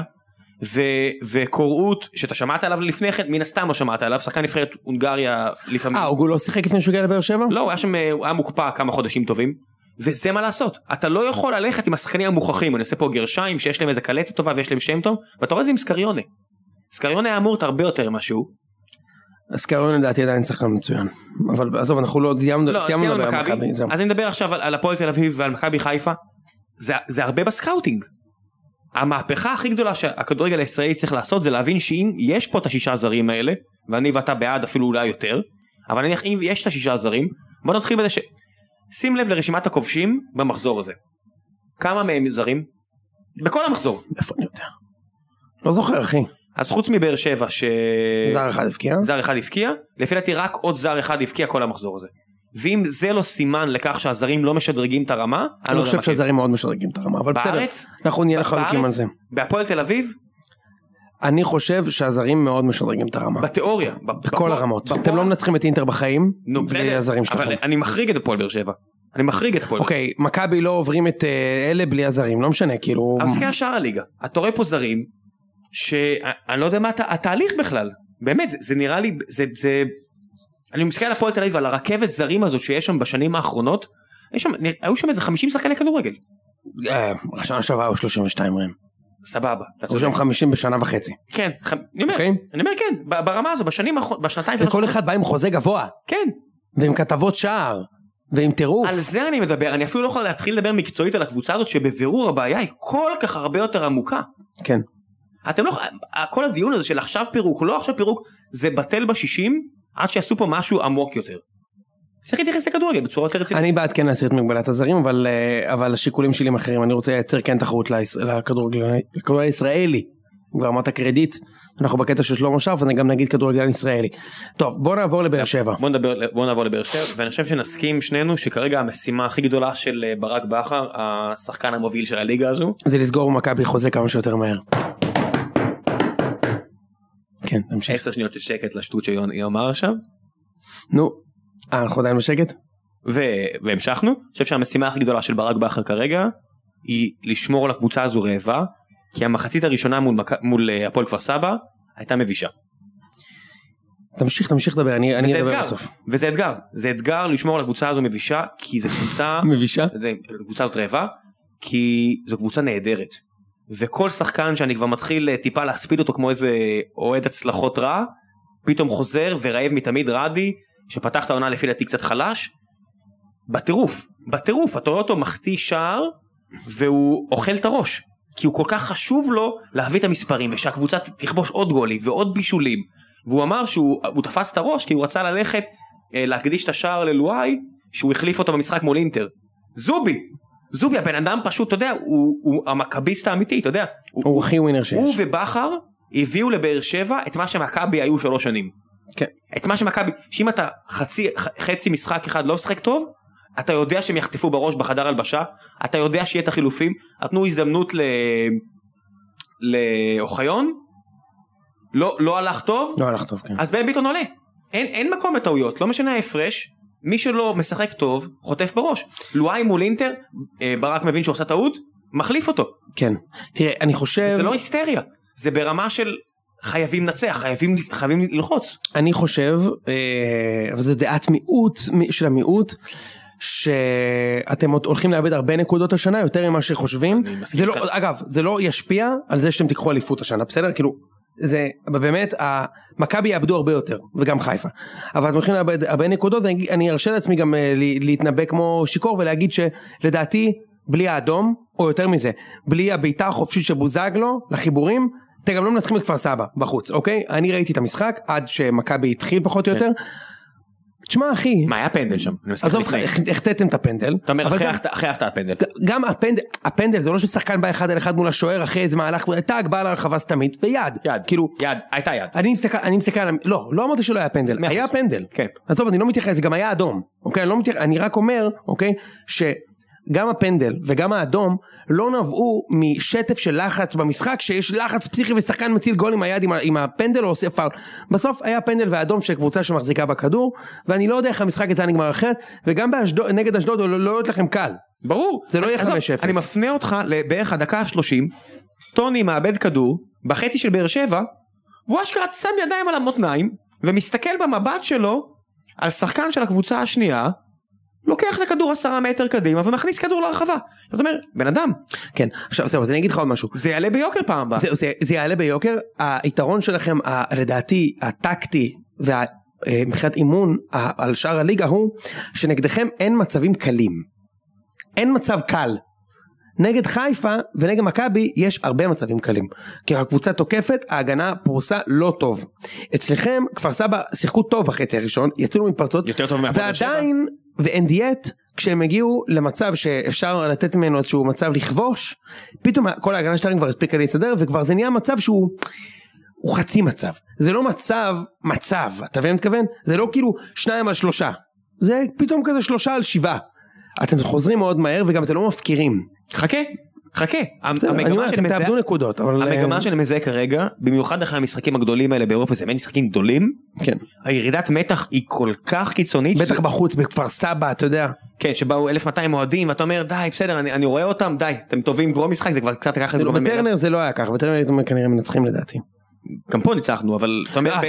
וקוראות, שאתה שמעת עליו לפני כן, מן הסתם לא שמעת עליו, שחקן נבחרת הונגריה לפעמים. אה, אוגו לא שיחק לפני שהוא הגיע לבאר שבע? לא, הוא היה שם, הוא היה מוקפא כמה חודשים טובים, וזה מה לעשות, אתה לא יכול ללכת עם השחקנים המוכחים, אני עושה פה גרשיים שיש להם איזה קלטת טובה ויש להם שם טוב, ואתה רואה את זה עם סקריונה. סקריונה היה אמור הרבה יותר משהו. סקריונה לדעתי עדיין שחקן מצוין, אבל עזוב, אנחנו לא סיימנו לדבר על מכבי. אז אני מדבר עכשיו על הפועל תל אביב ועל מכבי חיפה, זה הרבה בסקאוטינג. המהפכה הכי גדולה שהכדורגל הישראלי צריך לעשות, זה להבין שאם יש פה את השישה זרים האלה, ואני ואתה בעד אפילו אולי יותר, אבל נניח אם יש את השישה זרים, בוא נתחיל בזה ש... שים לב לרשימת הכובשים במחזור הזה. כמה מהם זרים? בכל המחזור. איפה אני יודע? לא זוכר, אחי. אז חוץ מבאר שבע ש... זר אחד הפקיע? זר אחד הפקיע. לפי דעתי רק עוד זר אחד הפקיע כל המחזור הזה. ואם זה לא סימן לכך שהזרים לא משדרגים את הרמה, אני חושב שהזרים מאוד משדרגים את הרמה, אבל בארץ? אנחנו נהיה לחלוקים על זה. בהפועל תל אביב? אני חושב שהזרים מאוד משדרגים את הרמה. בתיאוריה. בכל הרמות. אתם לא מנצחים את אינטר בחיים, בלי הזרים שלכם. אבל אני מחריג את הפועל באר שבע. אני מחריג את הפועל. אוקיי, מכבי לא עוברים את אלה בלי הזרים, לא משנה, כאילו... אבל זה כאן שער הליגה. אתה רואה פה זרים, שאני לא יודע מה התהליך בכלל. באמת, זה נראה לי, זה... אני מסתכל על הפועל תל אביב, על הרכבת זרים הזאת שיש שם בשנים האחרונות, היו שם איזה חמישים שחקני כדורגל. השנה שעברה היו שלושים ושתיים רם. סבבה. היו שם חמישים בשנה וחצי. כן, אני אומר, אני אומר כן, ברמה הזו, בשנים האחרונות, בשנתיים... וכל אחד בא עם חוזה גבוה. כן. ועם כתבות שער, ועם טירוף. על זה אני מדבר, אני אפילו לא יכול להתחיל לדבר מקצועית על הקבוצה הזאת, שבבירור הבעיה היא כל כך הרבה יותר עמוקה. כן. אתם לא, כל הדיון הזה של עכשיו פירוק, לא עכשיו פירוק, זה בטל בשישים, עד שיעשו פה משהו עמוק יותר. צריך להתייחס לכדורגל בצורה יותר רצינית. אני בעד כן להסיר את מגבלת הזרים, אבל, אבל השיקולים שלי הם אחרים. אני רוצה לייצר כן תחרות לכדורגל הישראלי. כבר אמרת קרדיט, אנחנו בקטע של שלמה שרף, אז אני גם נגיד כדורגל ישראלי. טוב, בוא נעבור לבאר שבע. בוא נדבר, בוא נעבור לבאר שבע, ואני חושב שנסכים שנינו שכרגע המשימה הכי גדולה של ברק בכר, השחקן המוביל של הליגה הזו, זה לסגור במכבי חוזה כמה שיותר מהר. כן, תמשיך. עשר שניות של שקט לשטות שיוני אמר עכשיו. נו, אנחנו עדיין בשקט? והמשכנו. אני חושב שהמשימה הכי גדולה של ברק בכר כרגע, היא לשמור על הקבוצה הזו רעבה, כי המחצית הראשונה מול, מול הפועל כפר סבא, הייתה מבישה. תמשיך, תמשיך לדבר, אני, אני אדבר בסוף. וזה אתגר, זה אתגר לשמור על הקבוצה הזו מבישה, כי זו קבוצה... מבישה? זה קבוצה הזאת רעבה, כי זו קבוצה נהדרת. וכל שחקן שאני כבר מתחיל טיפה להספיד אותו כמו איזה אוהד הצלחות רע, פתאום חוזר ורעב מתמיד רדי, שפתח את העונה לפי דעתי קצת חלש, בטירוף, בטירוף, אתה רואה אותו מחטיא שער, והוא אוכל את הראש, כי הוא כל כך חשוב לו להביא את המספרים, ושהקבוצה תכבוש עוד גולים ועוד בישולים, והוא אמר שהוא תפס את הראש, כי הוא רצה ללכת להקדיש את השער ללואי, שהוא החליף אותו במשחק מול אינטר. זובי! זובי, הבן אדם פשוט, אתה יודע, הוא, הוא המכביסט האמיתי, אתה יודע. הוא, הוא הכי ווינר שיש. הוא ובכר הביאו לבאר שבע את מה שמכבי היו שלוש שנים. כן. את מה שמכבי, שאם אתה חצי, חצי משחק אחד לא משחק טוב, אתה יודע שהם יחטפו בראש בחדר הלבשה, אתה יודע שיהיה את החילופים, נתנו הזדמנות ל... לאוחיון, לא, לא הלך טוב. לא הלך טוב, כן. אז בן ביטון עולה. אין, אין מקום לטעויות, לא משנה ההפרש, מי שלא משחק טוב, חוטף בראש. לואי מול אינטר, ברק מבין שהוא עושה טעות, מחליף אותו. כן. תראה, אני חושב... זה לא היסטריה, זה ברמה של חייבים לנצח, חייבים, חייבים ללחוץ. אני חושב, אבל זו דעת מיעוט של המיעוט, שאתם הולכים לאבד הרבה נקודות השנה, יותר ממה שחושבים. זה לא, אגב, זה לא ישפיע על זה שאתם תיקחו אליפות השנה, בסדר? כאילו, זה באמת, המכבי יאבדו הרבה יותר, וגם חיפה. אבל אתם הולכים לאבד הרבה נקודות, ואני ארשה לעצמי גם להתנבא כמו שיקור, ולהגיד שלדעתי, בלי האדום, או יותר מזה, בלי הביתה החופשית שבוזגלו, לחיבורים, אתם גם לא מנצחים את כפר סבא בחוץ, אוקיי? אני ראיתי את המשחק, עד שמכבי התחיל פחות או יותר, תשמע אחי, מה היה פנדל שם? עזוב, החטאתם את הפנדל. אתה אומר, אחרי החטאת הפנדל. גם הפנדל, זה לא ששחקן בא אחד על אחד מול השוער, אחרי איזה מהלך, הייתה הגבלה לרחבה סתמית, ויד. יד, יד, הייתה יד. אני מסתכל, לא, לא אמרתי שלא היה פנדל, היה פנדל. עזוב, אני לא מתייחס, זה גם היה אדום, אוקיי? אני רק אומר, אוקיי, ש... גם הפנדל וגם האדום לא נבעו משטף של לחץ במשחק, שיש לחץ פסיכי ושחקן מציל גול עם היד עם הפנדל או עושה פאול. בסוף היה פנדל ואדום של קבוצה שמחזיקה בכדור, ואני לא יודע איך המשחק הזה נגמר אחרת, וגם באשדוד, נגד אשדוד לא להיות לכם קל. ברור. זה לא יהיה חמש אפס. אני מפנה אותך לבערך הדקה ה-שלושים, טוני מאבד כדור, בחצי של באר שבע, והוא אשכרה שם ידיים על המותניים, ומסתכל במבט שלו על שחקן של הקבוצה השנייה, לוקח לכדור עשרה מטר קדימה ומכניס כדור לרחבה. זאת אומרת, בן אדם. כן, עכשיו, זהו, אז אני אגיד לך עוד משהו. זה יעלה ביוקר פעם הבאה. זה, זה, זה יעלה ביוקר. היתרון שלכם, לדעתי, הטקטי ומבחינת אימון על שאר הליגה הוא, שנגדכם אין מצבים קלים. אין מצב קל. נגד חיפה ונגד מכבי יש הרבה מצבים קלים. כי הקבוצה תוקפת, ההגנה פרוסה לא טוב. אצלכם, כפר סבא שיחקו טוב בחצי הראשון, יצאו מפרצות. יותר טוב מהפועל שבע. ועדיין, ואין דיאט, כשהם הגיעו למצב שאפשר לתת ממנו איזשהו מצב לכבוש, פתאום כל ההגנה שלהם כבר הספיקה להסתדר, וכבר זה נהיה מצב שהוא הוא חצי מצב. זה לא מצב, מצב, אתה מבין מתכוון? זה לא כאילו שניים על שלושה. זה פתאום כזה שלושה על שבעה. אתם חוזרים מאוד מהר וגם אתם לא מפקירים. חכה, חכה. תאבדו נקודות. המגמה שאני מזהה כרגע, במיוחד אחרי המשחקים הגדולים האלה באירופה, זה מעין משחקים גדולים. כן. הירידת מתח היא כל כך קיצונית. בטח בחוץ, בכפר סבא, אתה יודע. כן, שבאו אלף ומאתיים אוהדים, ואתה אומר, די, בסדר, אני רואה אותם, די, אתם טובים גרום משחק, זה כבר קצת ככה. בטרנר זה לא היה ככה, בטרנר כנראה מנצחים לדעתי. גם פה ניצחנו, אבל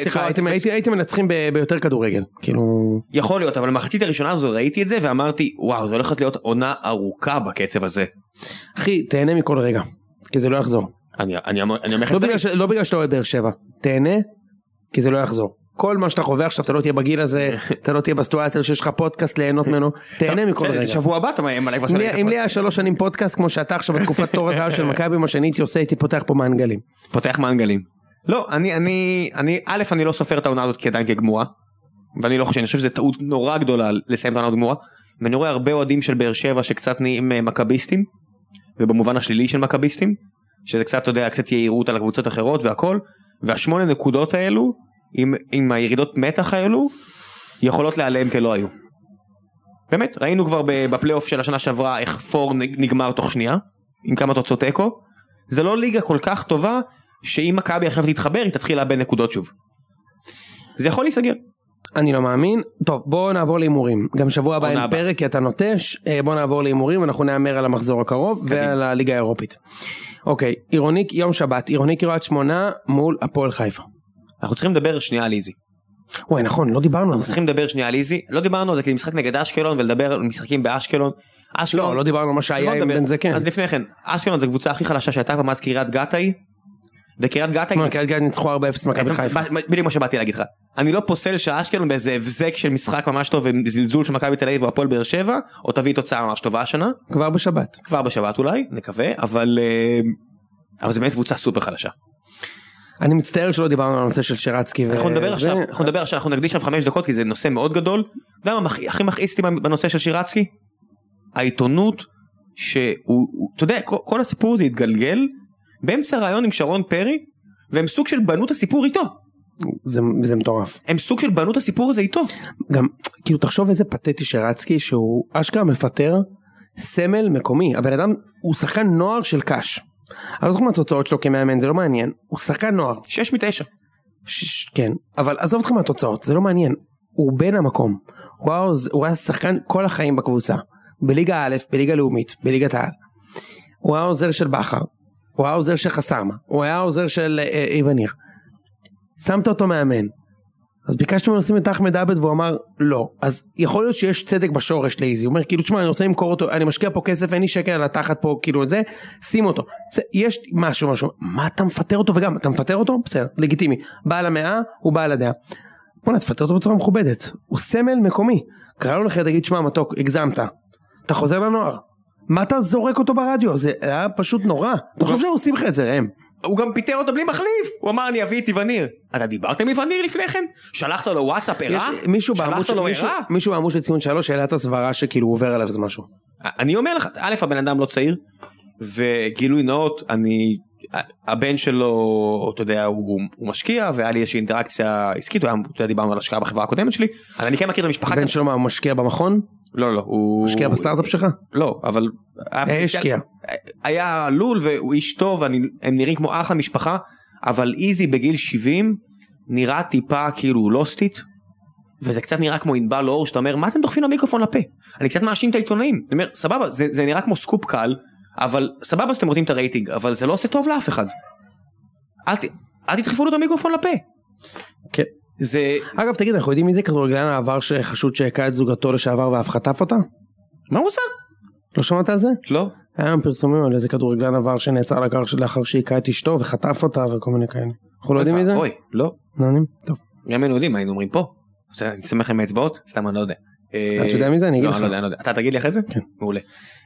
הייתם מנצחים ביותר כדורגל, כאילו... יכול להיות, אבל במחצית הראשונה הזו ראיתי את זה, ואמרתי, וואו, זה הולכת להיות עונה ארוכה בקצב הזה. אחי, תהנה מכל רגע, כי זה לא יחזור. אני אומר... לא בגלל שאתה אוהד באר שבע, תהנה, כי זה לא יחזור. כל מה שאתה חווה עכשיו, אתה לא תהיה בגיל הזה, אתה לא תהיה בסיטואציה שיש לך פודקאסט ליהנות ממנו, תהנה מכל רגע. זה שבוע הבא, אתה מאיים עליי. אם לי היה שלוש שנים פודקאסט, כמו שאתה עכשיו בתקופת תור הזהב של מכבי, מה שאני הייתי עושה, הייתי פותח פה מנגלים. פותח מנגלים. לא, אני, אני, אני, א', אני לא סופר את העונה הזאת כעדיין כגמורה, ואני לא חושב, אני חושב שזה טעות נורא גדולה לסיים את העונה הזאת גמורה, ואני רואה הרבה אוהדים של באר שבע שקצת נהיים מכביסטים, ובמובן השלילי של מכביסטים, שזה קצת, אתה יודע, קצת יהירות על הקבוצות אחרות והכל, והשמונה נקודות האלו, עם, עם הירידות מתח האלו, יכולות להיעלם כלא היו. באמת, ראינו כבר בפלייאוף של השנה שעברה, איך פור נגמר תוך שנייה, עם כמה תוצאות אקו, זה לא ליגה כל כך טובה, שאם מכבי עכשיו תתחבר, היא תתחיל לאבד נקודות שוב. זה יכול להיסגר. אני לא מאמין. טוב, בואו נעבור להימורים. גם שבוע הבא אין פרק, כי אתה נוטש. בואו נעבור להימורים, אנחנו נאמר על המחזור הקרוב, ועל הליגה האירופית. אוקיי, עירוניק יום שבת, עירוניק קריית שמונה מול הפועל חיפה. אנחנו צריכים לדבר שנייה על איזי. וואי, נכון, לא דיברנו על זה. אנחנו צריכים לדבר שנייה על איזי. לא דיברנו על זה כי משחק נגד אשקלון, ולדבר על משחקים באשקלון. לא, לא דיברנו על מה שהיה עם בן זקן. אז לפני כן, אשקלון זו קבוצה הכי חלשה שהייתה במאז קריית גת ההיא. וקריית גת ההיא... קריית גת ניצחו ארבע אפס מכבי חיפה. בדיוק מה שבאתי להגיד לך. אני לא פוסל שאשקלון באיזה הבזק של משחק ממש טוב וזלזול של מכבי תל אביב והפועל באר שבע, או תביא תוצאה ממש טובה השנה. כבר בשבת. כבר בשבת אולי, נקווה, אבל אבל זה באמת קבוצה סופר חלשה. אני מצטער שלא דיברנו על הנושא של שרצקי. אנחנו נדבר עכשיו, אנחנו נדבר עכשיו, אנחנו נקדיש עכשיו חמש דקות, כי זה נושא מאוד גדול. אתה יודע מה הכי מכעיס אותי בנושא של שרצקי? העיתונות, שהוא, אתה יודע, כל הסיפור הזה התגלגל, באמצע רעיון עם שרון פרי, והם סוג של בנו את הסיפור איתו. זה, זה מטורף. הם סוג של בנו את הסיפור הזה איתו. גם, כאילו, תחשוב איזה פתטי שרצקי, שהוא אשכרה מפטר סמל מקומי. הבן אדם הוא שחקן נוער של קש. אני לא זוכר מה התוצאות שלו כמאמן, זה לא מעניין. הוא שחקן נוער. שש מתשע. ש... כן, אבל עזוב אותך מהתוצאות, זה לא מעניין. הוא בין המקום. הוא היה, הוא היה שחקן כל החיים בקבוצה. בליגה א', בליגה לאומית, בליגת העל. הוא היה עוזר של בחר. הוא היה עוזר של חסרמה. הוא היה עוזר של אה, איווניר. שמת אותו מאמן. אז ביקשתם לשים את אחמד עבד והוא אמר לא. אז יכול להיות שיש צדק בשורש לאיזי. הוא אומר כאילו תשמע אני רוצה למכור אותו, אני משקיע פה כסף, אין לי שקל על התחת פה כאילו את זה, שים אותו. יש משהו משהו. מה אתה מפטר אותו וגם אתה מפטר אותו? בסדר, לגיטימי. בעל המאה הוא בעל הדעה. בוא נתפטר אותו בצורה מכובדת. הוא סמל מקומי. קרא לו לך תגיד שמע מתוק, הגזמת. אתה חוזר לנוער. מה אתה זורק אותו ברדיו? זה היה פשוט נורא. אתה חושב שהוא עושים לך את זה, הם. הוא גם פיטר אותו בלי מחליף. הוא אמר אני אביא את איווניר. אתה דיברת עם איווניר לפני כן? שלחת לו וואטסאפ ערה? מישהו בעמוד של ציון שלוש שאלה את הסברה שכאילו הוא עובר עליו זה משהו. אני אומר לך, א' הבן אדם לא צעיר, וגילוי נאות, אני, הבן שלו, אתה יודע, הוא משקיע, והיה לי איזושהי אינטראקציה עסקית, דיברנו על השקעה בחברה הקודמת שלי, אבל אני כן מכיר את המשפחה. הבן שלו מה, הוא משקיע במכון? לא, לא, הוא... משקיע בסטארט-אפ שלך? לא, אבל... השקיע. היה לול והוא איש טוב, הם נראים כמו אחלה משפחה, אבל איזי בגיל שבעים נראה טיפה כאילו לוסטית, וזה קצת נראה כמו ענבל אור, שאתה אומר, מה אתם דוחפים למיקרופון לפה? אני קצת מאשים את העיתונאים. אני אומר, סבבה, זה, זה נראה כמו סקופ קל, אבל סבבה שאתם רוצים את הרייטינג, אבל זה לא עושה טוב לאף אחד. אל, אל תדחפו לו את המיקרופון לפה. כן. זה... אגב, תגיד, אנחנו יודעים מי זה כדורגלן העבר שחשוד שהכה את זוגתו לשעבר ואף חטף אותה? מה הוא עושה? לא שמעת על זה? לא. היה פרסומים על איזה כדורגלן עבר שנעצר לאחר שהכה את אשתו וחטף אותה וכל מיני כאלה. אנחנו לא יודעים מי זה? אוי, לא. לא יודעים? טוב. גם היינו יודעים, היינו אומרים פה. אני אשמח לכם מהאצבעות, סתם אני לא יודע. אתה יודע מי זה? אני אגיד לך. לא, אני לא יודע. אתה תגיד לי אחרי זה? כן. מעולה.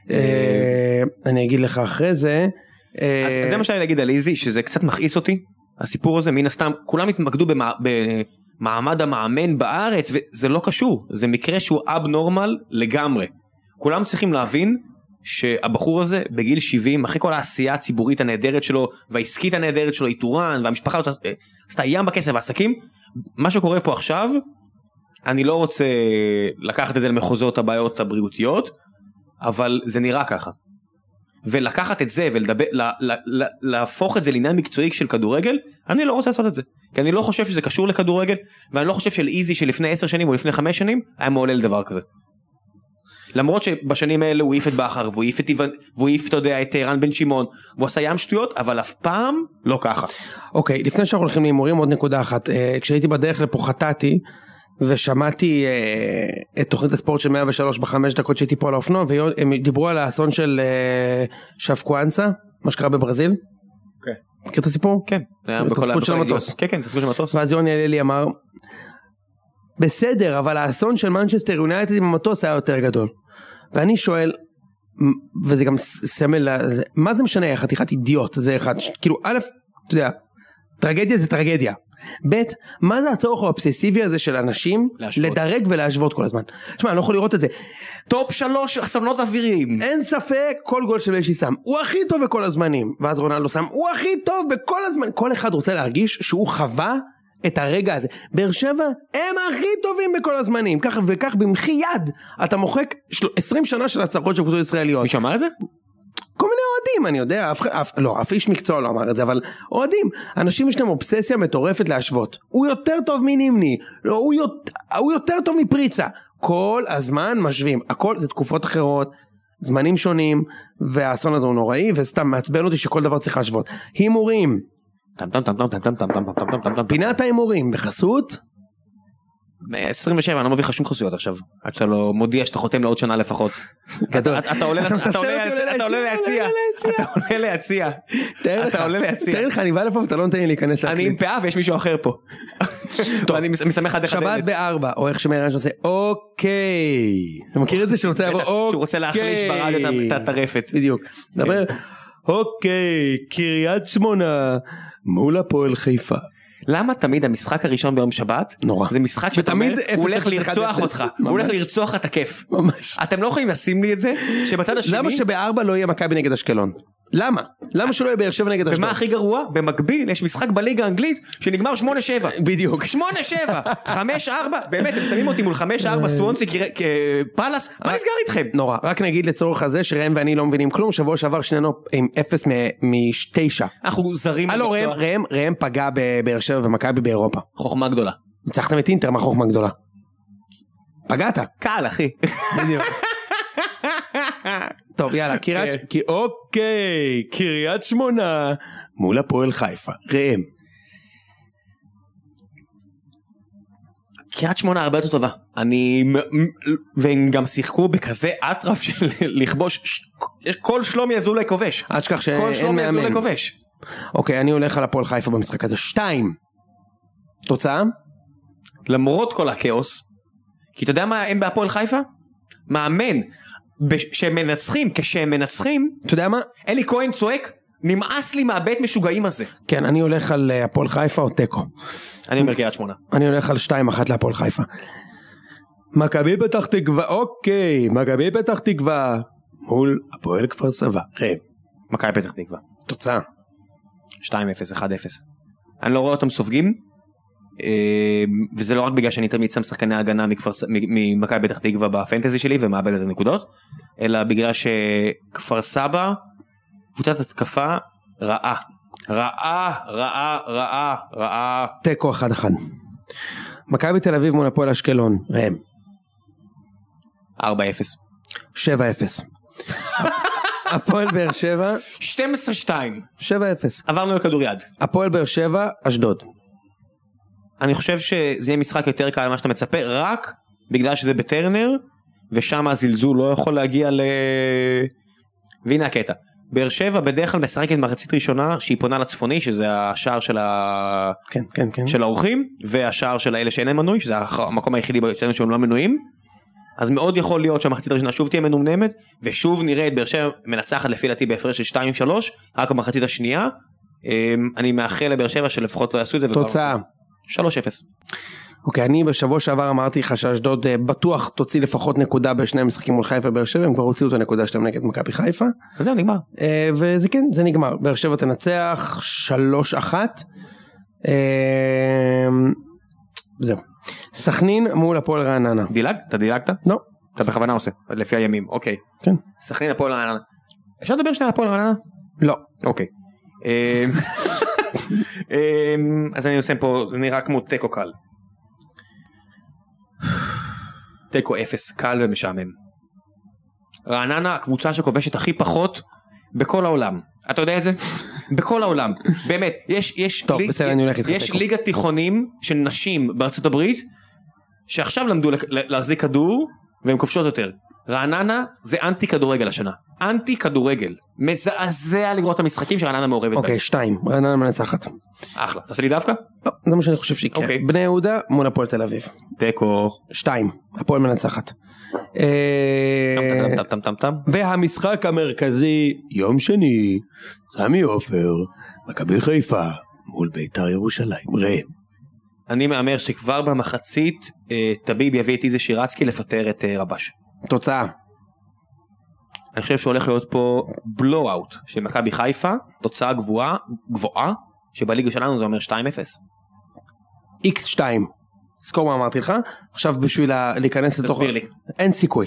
אני אגיד לך אחרי זה. אז זה מה שאני להגיד על איזי, שזה קצת מכעיס אותי. הסיפור הזה, מן הסתם, כולם התמקדו במעמד המאמן בארץ, וזה לא קשור. זה מקרה שהוא אבנורמל לגמרי. כולם צריכים להבין שהבחור הזה בגיל שבעים, אחרי כל העשייה הציבורית הנהדרת שלו, והעסקית הנהדרת שלו, איתורן, והמשפחה עשתה ים בכסף והעסקים, מה שקורה פה עכשיו, אני לא רוצה לקחת את זה למחוזות הבעיות הבריאותיות, אבל זה נראה ככה. ולקחת את זה ולהפוך את זה לעניין מקצועי של כדורגל, אני לא רוצה לעשות את זה. כי אני לא חושב שזה קשור לכדורגל, ואני לא חושב של איזי שלפני עשר שנים או לפני חמש שנים, היה מעולה לדבר כזה. למרות שבשנים האלה הוא העיף את בכר, והוא העיף את איוון, והוא העיף, אתה יודע, את רן בן שמעון, והוא עשה ים שטויות, אבל אף פעם לא ככה. אוקיי, לפני שאנחנו הולכים להימורים, עוד נקודה אחת. כשהייתי בדרך לפה חטאתי, ושמעתי את תוכנית הספורט של מאה ושלוש בחמש דקות שהייתי פה על האופנוע, והם דיברו על האסון של שפקואנסה, מה שקרה בברזיל. כן. מכיר את הסיפור? כן. את הספורט של המטוס. כן, כן, את הספורט של המטוס. ואז יוני אלילי אמר, בסדר, אבל האסון של מנצ'סטר יונייטד עם המטוס היה יותר גדול. ואני שואל, וזה גם סמל, מה זה משנה חתיכת אידיוט, זה אחד, כאילו, א', אתה יודע, טרגדיה זה טרגדיה. ב', מה זה הצורך האובססיבי הזה של אנשים לדרג ולהשוות כל הזמן? תשמע, אני לא יכול לראות את זה. טופ שלוש אסונות אוויריים. אין ספק, כל גול של משי שם, הוא הכי טוב בכל הזמנים. ואז רונלדו שם, הוא הכי טוב בכל הזמן. כל אחד רוצה להרגיש שהוא חווה את הרגע הזה. באר שבע, הם הכי טובים בכל הזמנים. כך וכך במחי יד, אתה מוחק עשרים שנה של הצלחות של קבוצות ישראליות. מישהו אמר את זה? כל מיני אוהדים, אני יודע, אף, אף, לא, אף איש מקצוע לא אמר את זה, אבל אוהדים, אנשים יש להם אובססיה מטורפת להשוות. הוא יותר טוב מנימני, לא, הוא, יותר, הוא יותר טוב מפריצה. כל הזמן משווים, הכל זה תקופות אחרות, זמנים שונים, והאסון הזה הוא נוראי, וסתם מעצבן אותי שכל דבר צריך להשוות. הימורים. פינת ההימורים, בחסות? עשרים ושבע, אני לא מביא לך שום חסויות עכשיו, עד שאתה לא מודיע שאתה חותם לעוד שנה לפחות. גדול. אתה עולה להציע, אתה עולה להציע, אתה עולה להציע. תאר לך, אני בא לפה ואתה לא נותן לי להיכנס להקליט. אני עם פאה ויש מישהו אחר פה. טוב, אני מסמך עד אחד. שבת בארבע, או איך שמרן שעושה, אוקיי. אתה מכיר את זה שרוצה לעבור, אוקיי. שהוא רוצה להחליש ברדיו את הטרפת. בדיוק. דבר, אוקיי, קריית שמונה, מול הפועל חיפה. למה תמיד המשחק הראשון ביום שבת, נורא. זה משחק שאתה אומר, הוא הולך לרצוח אותך, הוא הולך לרצוח את הכיף. ממש. אתם לא יכולים לשים לי את זה, שבצד השני... למה שבארבע לא יהיה מכבי נגד אשקלון? למה? למה שלא יהיה באר שבע נגד אשקלון? ומה הכי גרוע? במקביל יש משחק בליגה האנגלית, שנגמר שמונה שבע. בדיוק. שמונה שבע, חמש ארבע, באמת, הם שמים אותי מול חמש ארבע, סוונסי, פלס, מה נסגר איתכם? נורא. רק נגיד לצורך הזה, שראם ואני לא מבינים כלום, שבוע שעבר שנינו עם אפס מתשע. אנחנו זרים. הלו, ראם, ראם פגע בבאר שבע ומכבי באירופה. חוכמה גדולה. ניצחתם את אינטר, מה חוכמה גדולה? פגעת. קל, אחי. בדיוק. טוב, יאללה, קריית, אוקיי, קריית שמונה, מול הפועל חיפה, ראם. קריית שמונה הרבה יותר טובה. אני, והם גם שיחקו בכזה אטרף של לכבוש, כל שלומי אזולאי כובש. עד שכח שאין מאמן. כל שלומי אזולאי כובש. אוקיי, אני הולך על הפועל חיפה במשחק הזה. שתיים. תוצאה? למרות כל הכאוס, כי אתה יודע מה הם בהפועל חיפה? מאמן. שהם מנצחים, כשהם מנצחים, אתה יודע מה? אלי כהן צועק, נמאס לי מהבית משוגעים הזה. כן, אני הולך על הפועל חיפה או טקו. אני אומר קריית שמונה. אני הולך על שתיים אחת להפועל חיפה. מכבי פתח תקווה, אוקיי, מכבי פתח תקווה, מול הפועל כפר סבא. ראם. מכבי פתח תקווה. תוצאה. שתיים אפס, אחד אפס. אני לא רואה אותם סופגים, וזה לא רק בגלל שאני תמיד שם שחקני הגנה ממכבי פתח תקווה בפנטזי שלי ומאבד איזה נקודות, אלא בגלל שכפר סבא קבוצת התקפה רעה רעה רעה רעה רעה. תיקו אחד אחד. מכבי תל אביב מול הפועל אשקלון. ראם. ארבע אפס. שבע אפס. הפועל באר שבע שתים עשרה שתיים. שבע אפס. עברנו לכדוריד. הפועל באר שבע אשדוד. אני חושב שזה יהיה משחק יותר קל ממה שאתה מצפה, רק בגלל שזה בטרנר, ושם הזלזול לא יכול להגיע ל... והנה הקטע. באר שבע בדרך כלל משחקת מחצית ראשונה, שהיא פונה לצפוני, שזה השער של, ה... כן, כן, כן. של האורחים, והשער של האלה שאין להם מנוי, שזה המקום היחידי אצלנו שהם לא מנויים. אז מאוד יכול להיות שהמחצית הראשונה שוב תהיה מנומנמת, ושוב נראה את באר שבע מנצחת לפי דעתי בהפרש של שתיים שלוש, רק במחצית השנייה. אני מאחל לבאר שבע שלפחות לא יעשו את זה. תוצאה. שלוש אפס. אוקיי, אני בשבוע שעבר אמרתי לך שאשדוד בטוח תוציא לפחות נקודה בשני המשחקים מול חיפה באר שבע, הם כבר הוציאו את הנקודה שלהם נגד מכבי חיפה. וזהו, נגמר. וזה כן, זה נגמר. באר שבע תנצח שלוש אחת. זהו. סכנין מול הפועל רעננה. דילג? אתה דילגת? לא. אתה בכוונה עושה, לפי הימים, אוקיי. כן. סכנין הפועל רעננה. אפשר לדבר שנייה על הפועל רעננה? לא. אוקיי. אז אני עושה פה, זה נראה כמו טקו קל. טקו אפס, קל ומשעמם. רעננה, הקבוצה שכובשת הכי פחות בכל העולם. אתה יודע את זה? בכל העולם. באמת, יש, יש, טוב, ליג, בסדר, אני הולך איתך יש טקו. ליגת תיכונים של נשים בארצות הברית, שעכשיו למדו להחזיק כדור, והן כובשות יותר. רעננה זה אנטי כדורגל השנה. אנטי כדורגל. מזעזע לראות את המשחקים שרעננה מעורבת. אוקיי, שתיים. רעננה מנצחת. אחלה. תעשה לי דווקא? לא, זה מה שאני חושב שיקרה. אוקיי. בני יהודה מול הפועל תל אביב. תיקו. שתיים. הפועל מנצחת. טם טם טם טם. והמשחק המרכזי, יום שני, סמי עופר, מכבי חיפה, מול בית"ר ירושלים. ראם. אני מאמר שכבר במחצית טביב יביא את איזה שירצקי לפטר את רבש. תוצאה. אני חושב שהולך להיות פה בלואו-אוט של מכבי חיפה, תוצאה גבוהה, גבוהה, שבליגה שלנו זה אומר שתיים אפס. איקס שתיים. זכור מה אמרתי לך, עכשיו בשביל להיכנס לתוך... תסביר לי. אין סיכוי.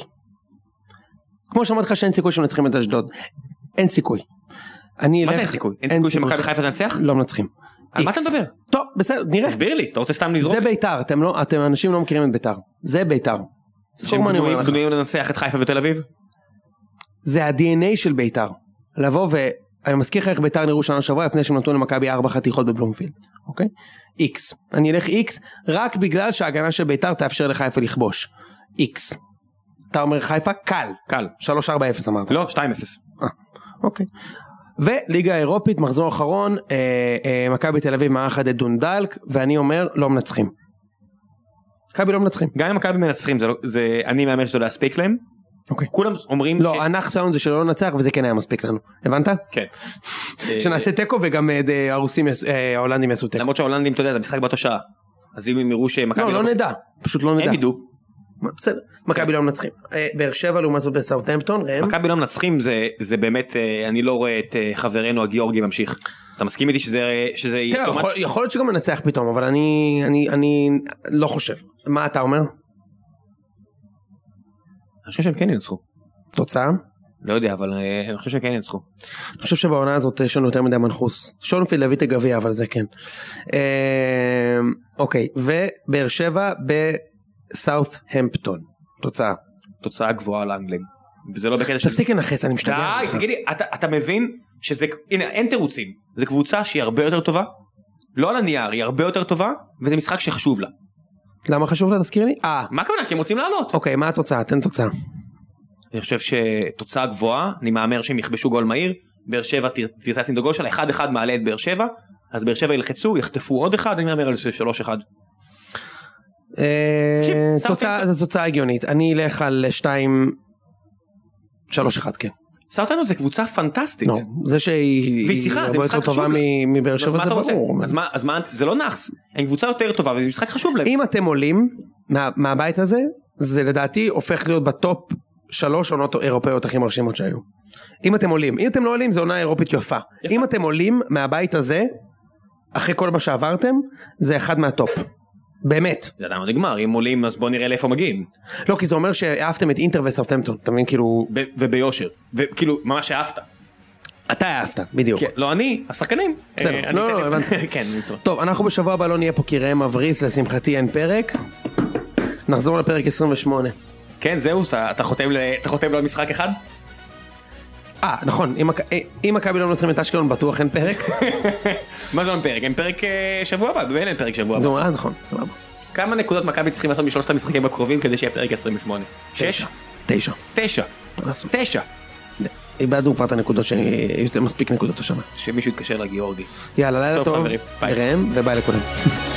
כמו שאמרתי לך שאין סיכוי שמנצחים את אשדוד. אין סיכוי. מה זה אין סיכוי? אין סיכוי שמכבי חיפה תנצח? לא מנצחים. על מה אתה מדבר? טוב, בסדר, נראה. תסביר לי, אתה רוצה סתם לזרוק? זה ביתר, אתם לא, אתם אנשים לא מכירים את ביתר. זה ביתר. שהם בנויים לנצח את חיפה ותל אביב? זה ה-די אן איי של ביתר. לבוא ואני מזכיר לך איך ביתר נראו שנה שבוע לפני שהם נתנו למכבי ארבע חתיכות בבלומפילד. אוקיי? איקס. אני אלך איקס רק בגלל שההגנה של ביתר תאפשר לחיפה לכבוש. איקס. אתה אומר חיפה? קל. קל. שלוש ארבע אפס אמרת. לא, שתיים אפס. אה, אוקיי. וליגה האירופית, מחזור אחרון, אה, אה, מכבי תל אביב מארחת את דונדלק, ואני אומר, לא מנצחים. מכבי לא מנצחים. גם אם מכבי מנצחים, זה, זה, אני מאמר שזה לא יספיק להם. אוקיי. כולם אומרים לא, ש... הנח שלנו זה שלא ננצח, וזה כן היה מספיק לנו. הבנת? כן. שנעשה טקו, וגם הרוסים, ההולנדים יעשו טקו. למרות שההולנדים, אתה יודע, זה משחק באותו שעה. אז אם הם יראו שמכבי... לא, לא נדע. פשוט לא נדע. הם ידעו. בסדר. מכבי לא מנצחים. באר שבע לעומת זאת בסאות'המפטון, ראם. מכבי לא מנצחים, זה, זה באמת, אני לא רואה את חברנו הגיאורגי ממשיך. אתה מסכים איתי שזה... שזה יכול, יכול להיות שגם מנצח פתאום, אבל אני, אני, אני לא חושב. מה אתה אומר? אני חושב שהם כן ינצחו. תוצאה? לא יודע, אבל אני חושב שהם כן ינצחו. אני חושב שבעונה הזאת יש לנו יותר מדי מנחוס. שונפילד להביא את הגביע, אבל זה כן. אוקיי, ובאר שבע בסאות'המפטון. תוצאה. תוצאה גבוהה לאנגלים. וזה לא בקטע של... תפסיק לנחס, אני משתגע. די, תגידי, אתה, אתה מבין שזה... הנה, אין תירוצים. זו קבוצה שהיא הרבה יותר טובה. לא על הנייר, היא הרבה יותר טובה, וזה משחק שחשוב לה. למה חשוב לה, תזכיר לי? אה. מה הכוונה? כי הם רוצים לעלות. אוקיי, מה התוצאה? תן תוצאה. אני חושב שתוצאה גבוהה, אני מאמר שהם יכבשו גול מהיר, באר שבע תרצה לשים את הגול שלה, אחד אחד מעלה את באר שבע, אז באר שבע ילחצו, יחטפו עוד אחד, אני מאמר על זה שלוש אחד. זו תוצאה הגיונית, אני אלך על שתיים, שלוש אחד, כן. סאוטהמפטון זה קבוצה פנטסטית. זה שהיא הרבה יותר טובה מבאר שבע זה ברור. אז מה, זה לא נחס, הם קבוצה יותר טובה, וזה משחק חשוב להם. אם אתם עולים מהבית הזה, זה לדעתי הופך להיות בטופ שלוש עונות אירופאיות הכי מרשימות שהיו. אם אתם עולים, אם אתם לא עולים, זה עונה אירופית יפה. אם אתם עולים מהבית הזה, אחרי כל מה שעברתם, זה אחד מהטופ. באמת. זה עדיין לא נגמר, אם עולים אז בוא נראה לאיפה מגיעים. לא, כי זה אומר שאהבתם את אינטר וסאות'המפטון, אתה מבין, כאילו... וביושר, וכאילו ממש אהבת. אתה אהבת, בדיוק. לא אני, השחקנים. בסדר, לא, לא, הבנתי. כן, נמצוא. טוב, אנחנו בשבוע הבא לא נהיה פה כי ראם מבריץ, לשמחתי אין פרק. נחזור לפרק עשרים ושמונה. כן, זהו, אתה חותם לו משחק אחד? אה, נכון, אם מכבי לא מנצחים את אשקלון בטוח אין פרק. מה זה אין פרק? אין פרק שבוע הבא, באמת אין פרק שבוע הבא. אה, נכון, סבבה. כמה נקודות מכבי צריכים לעשות משלושת המשחקים הקרובים כדי שיהיה פרק עשרים ושמונה? שש? תשע. תשע. תשע. איבדנו כבר את הנקודות שיותר מספיק נקודות השנה. שמישהו יתקשר לגיאורגי. יאללה, לילה טוב. ראם, וביי לכולם.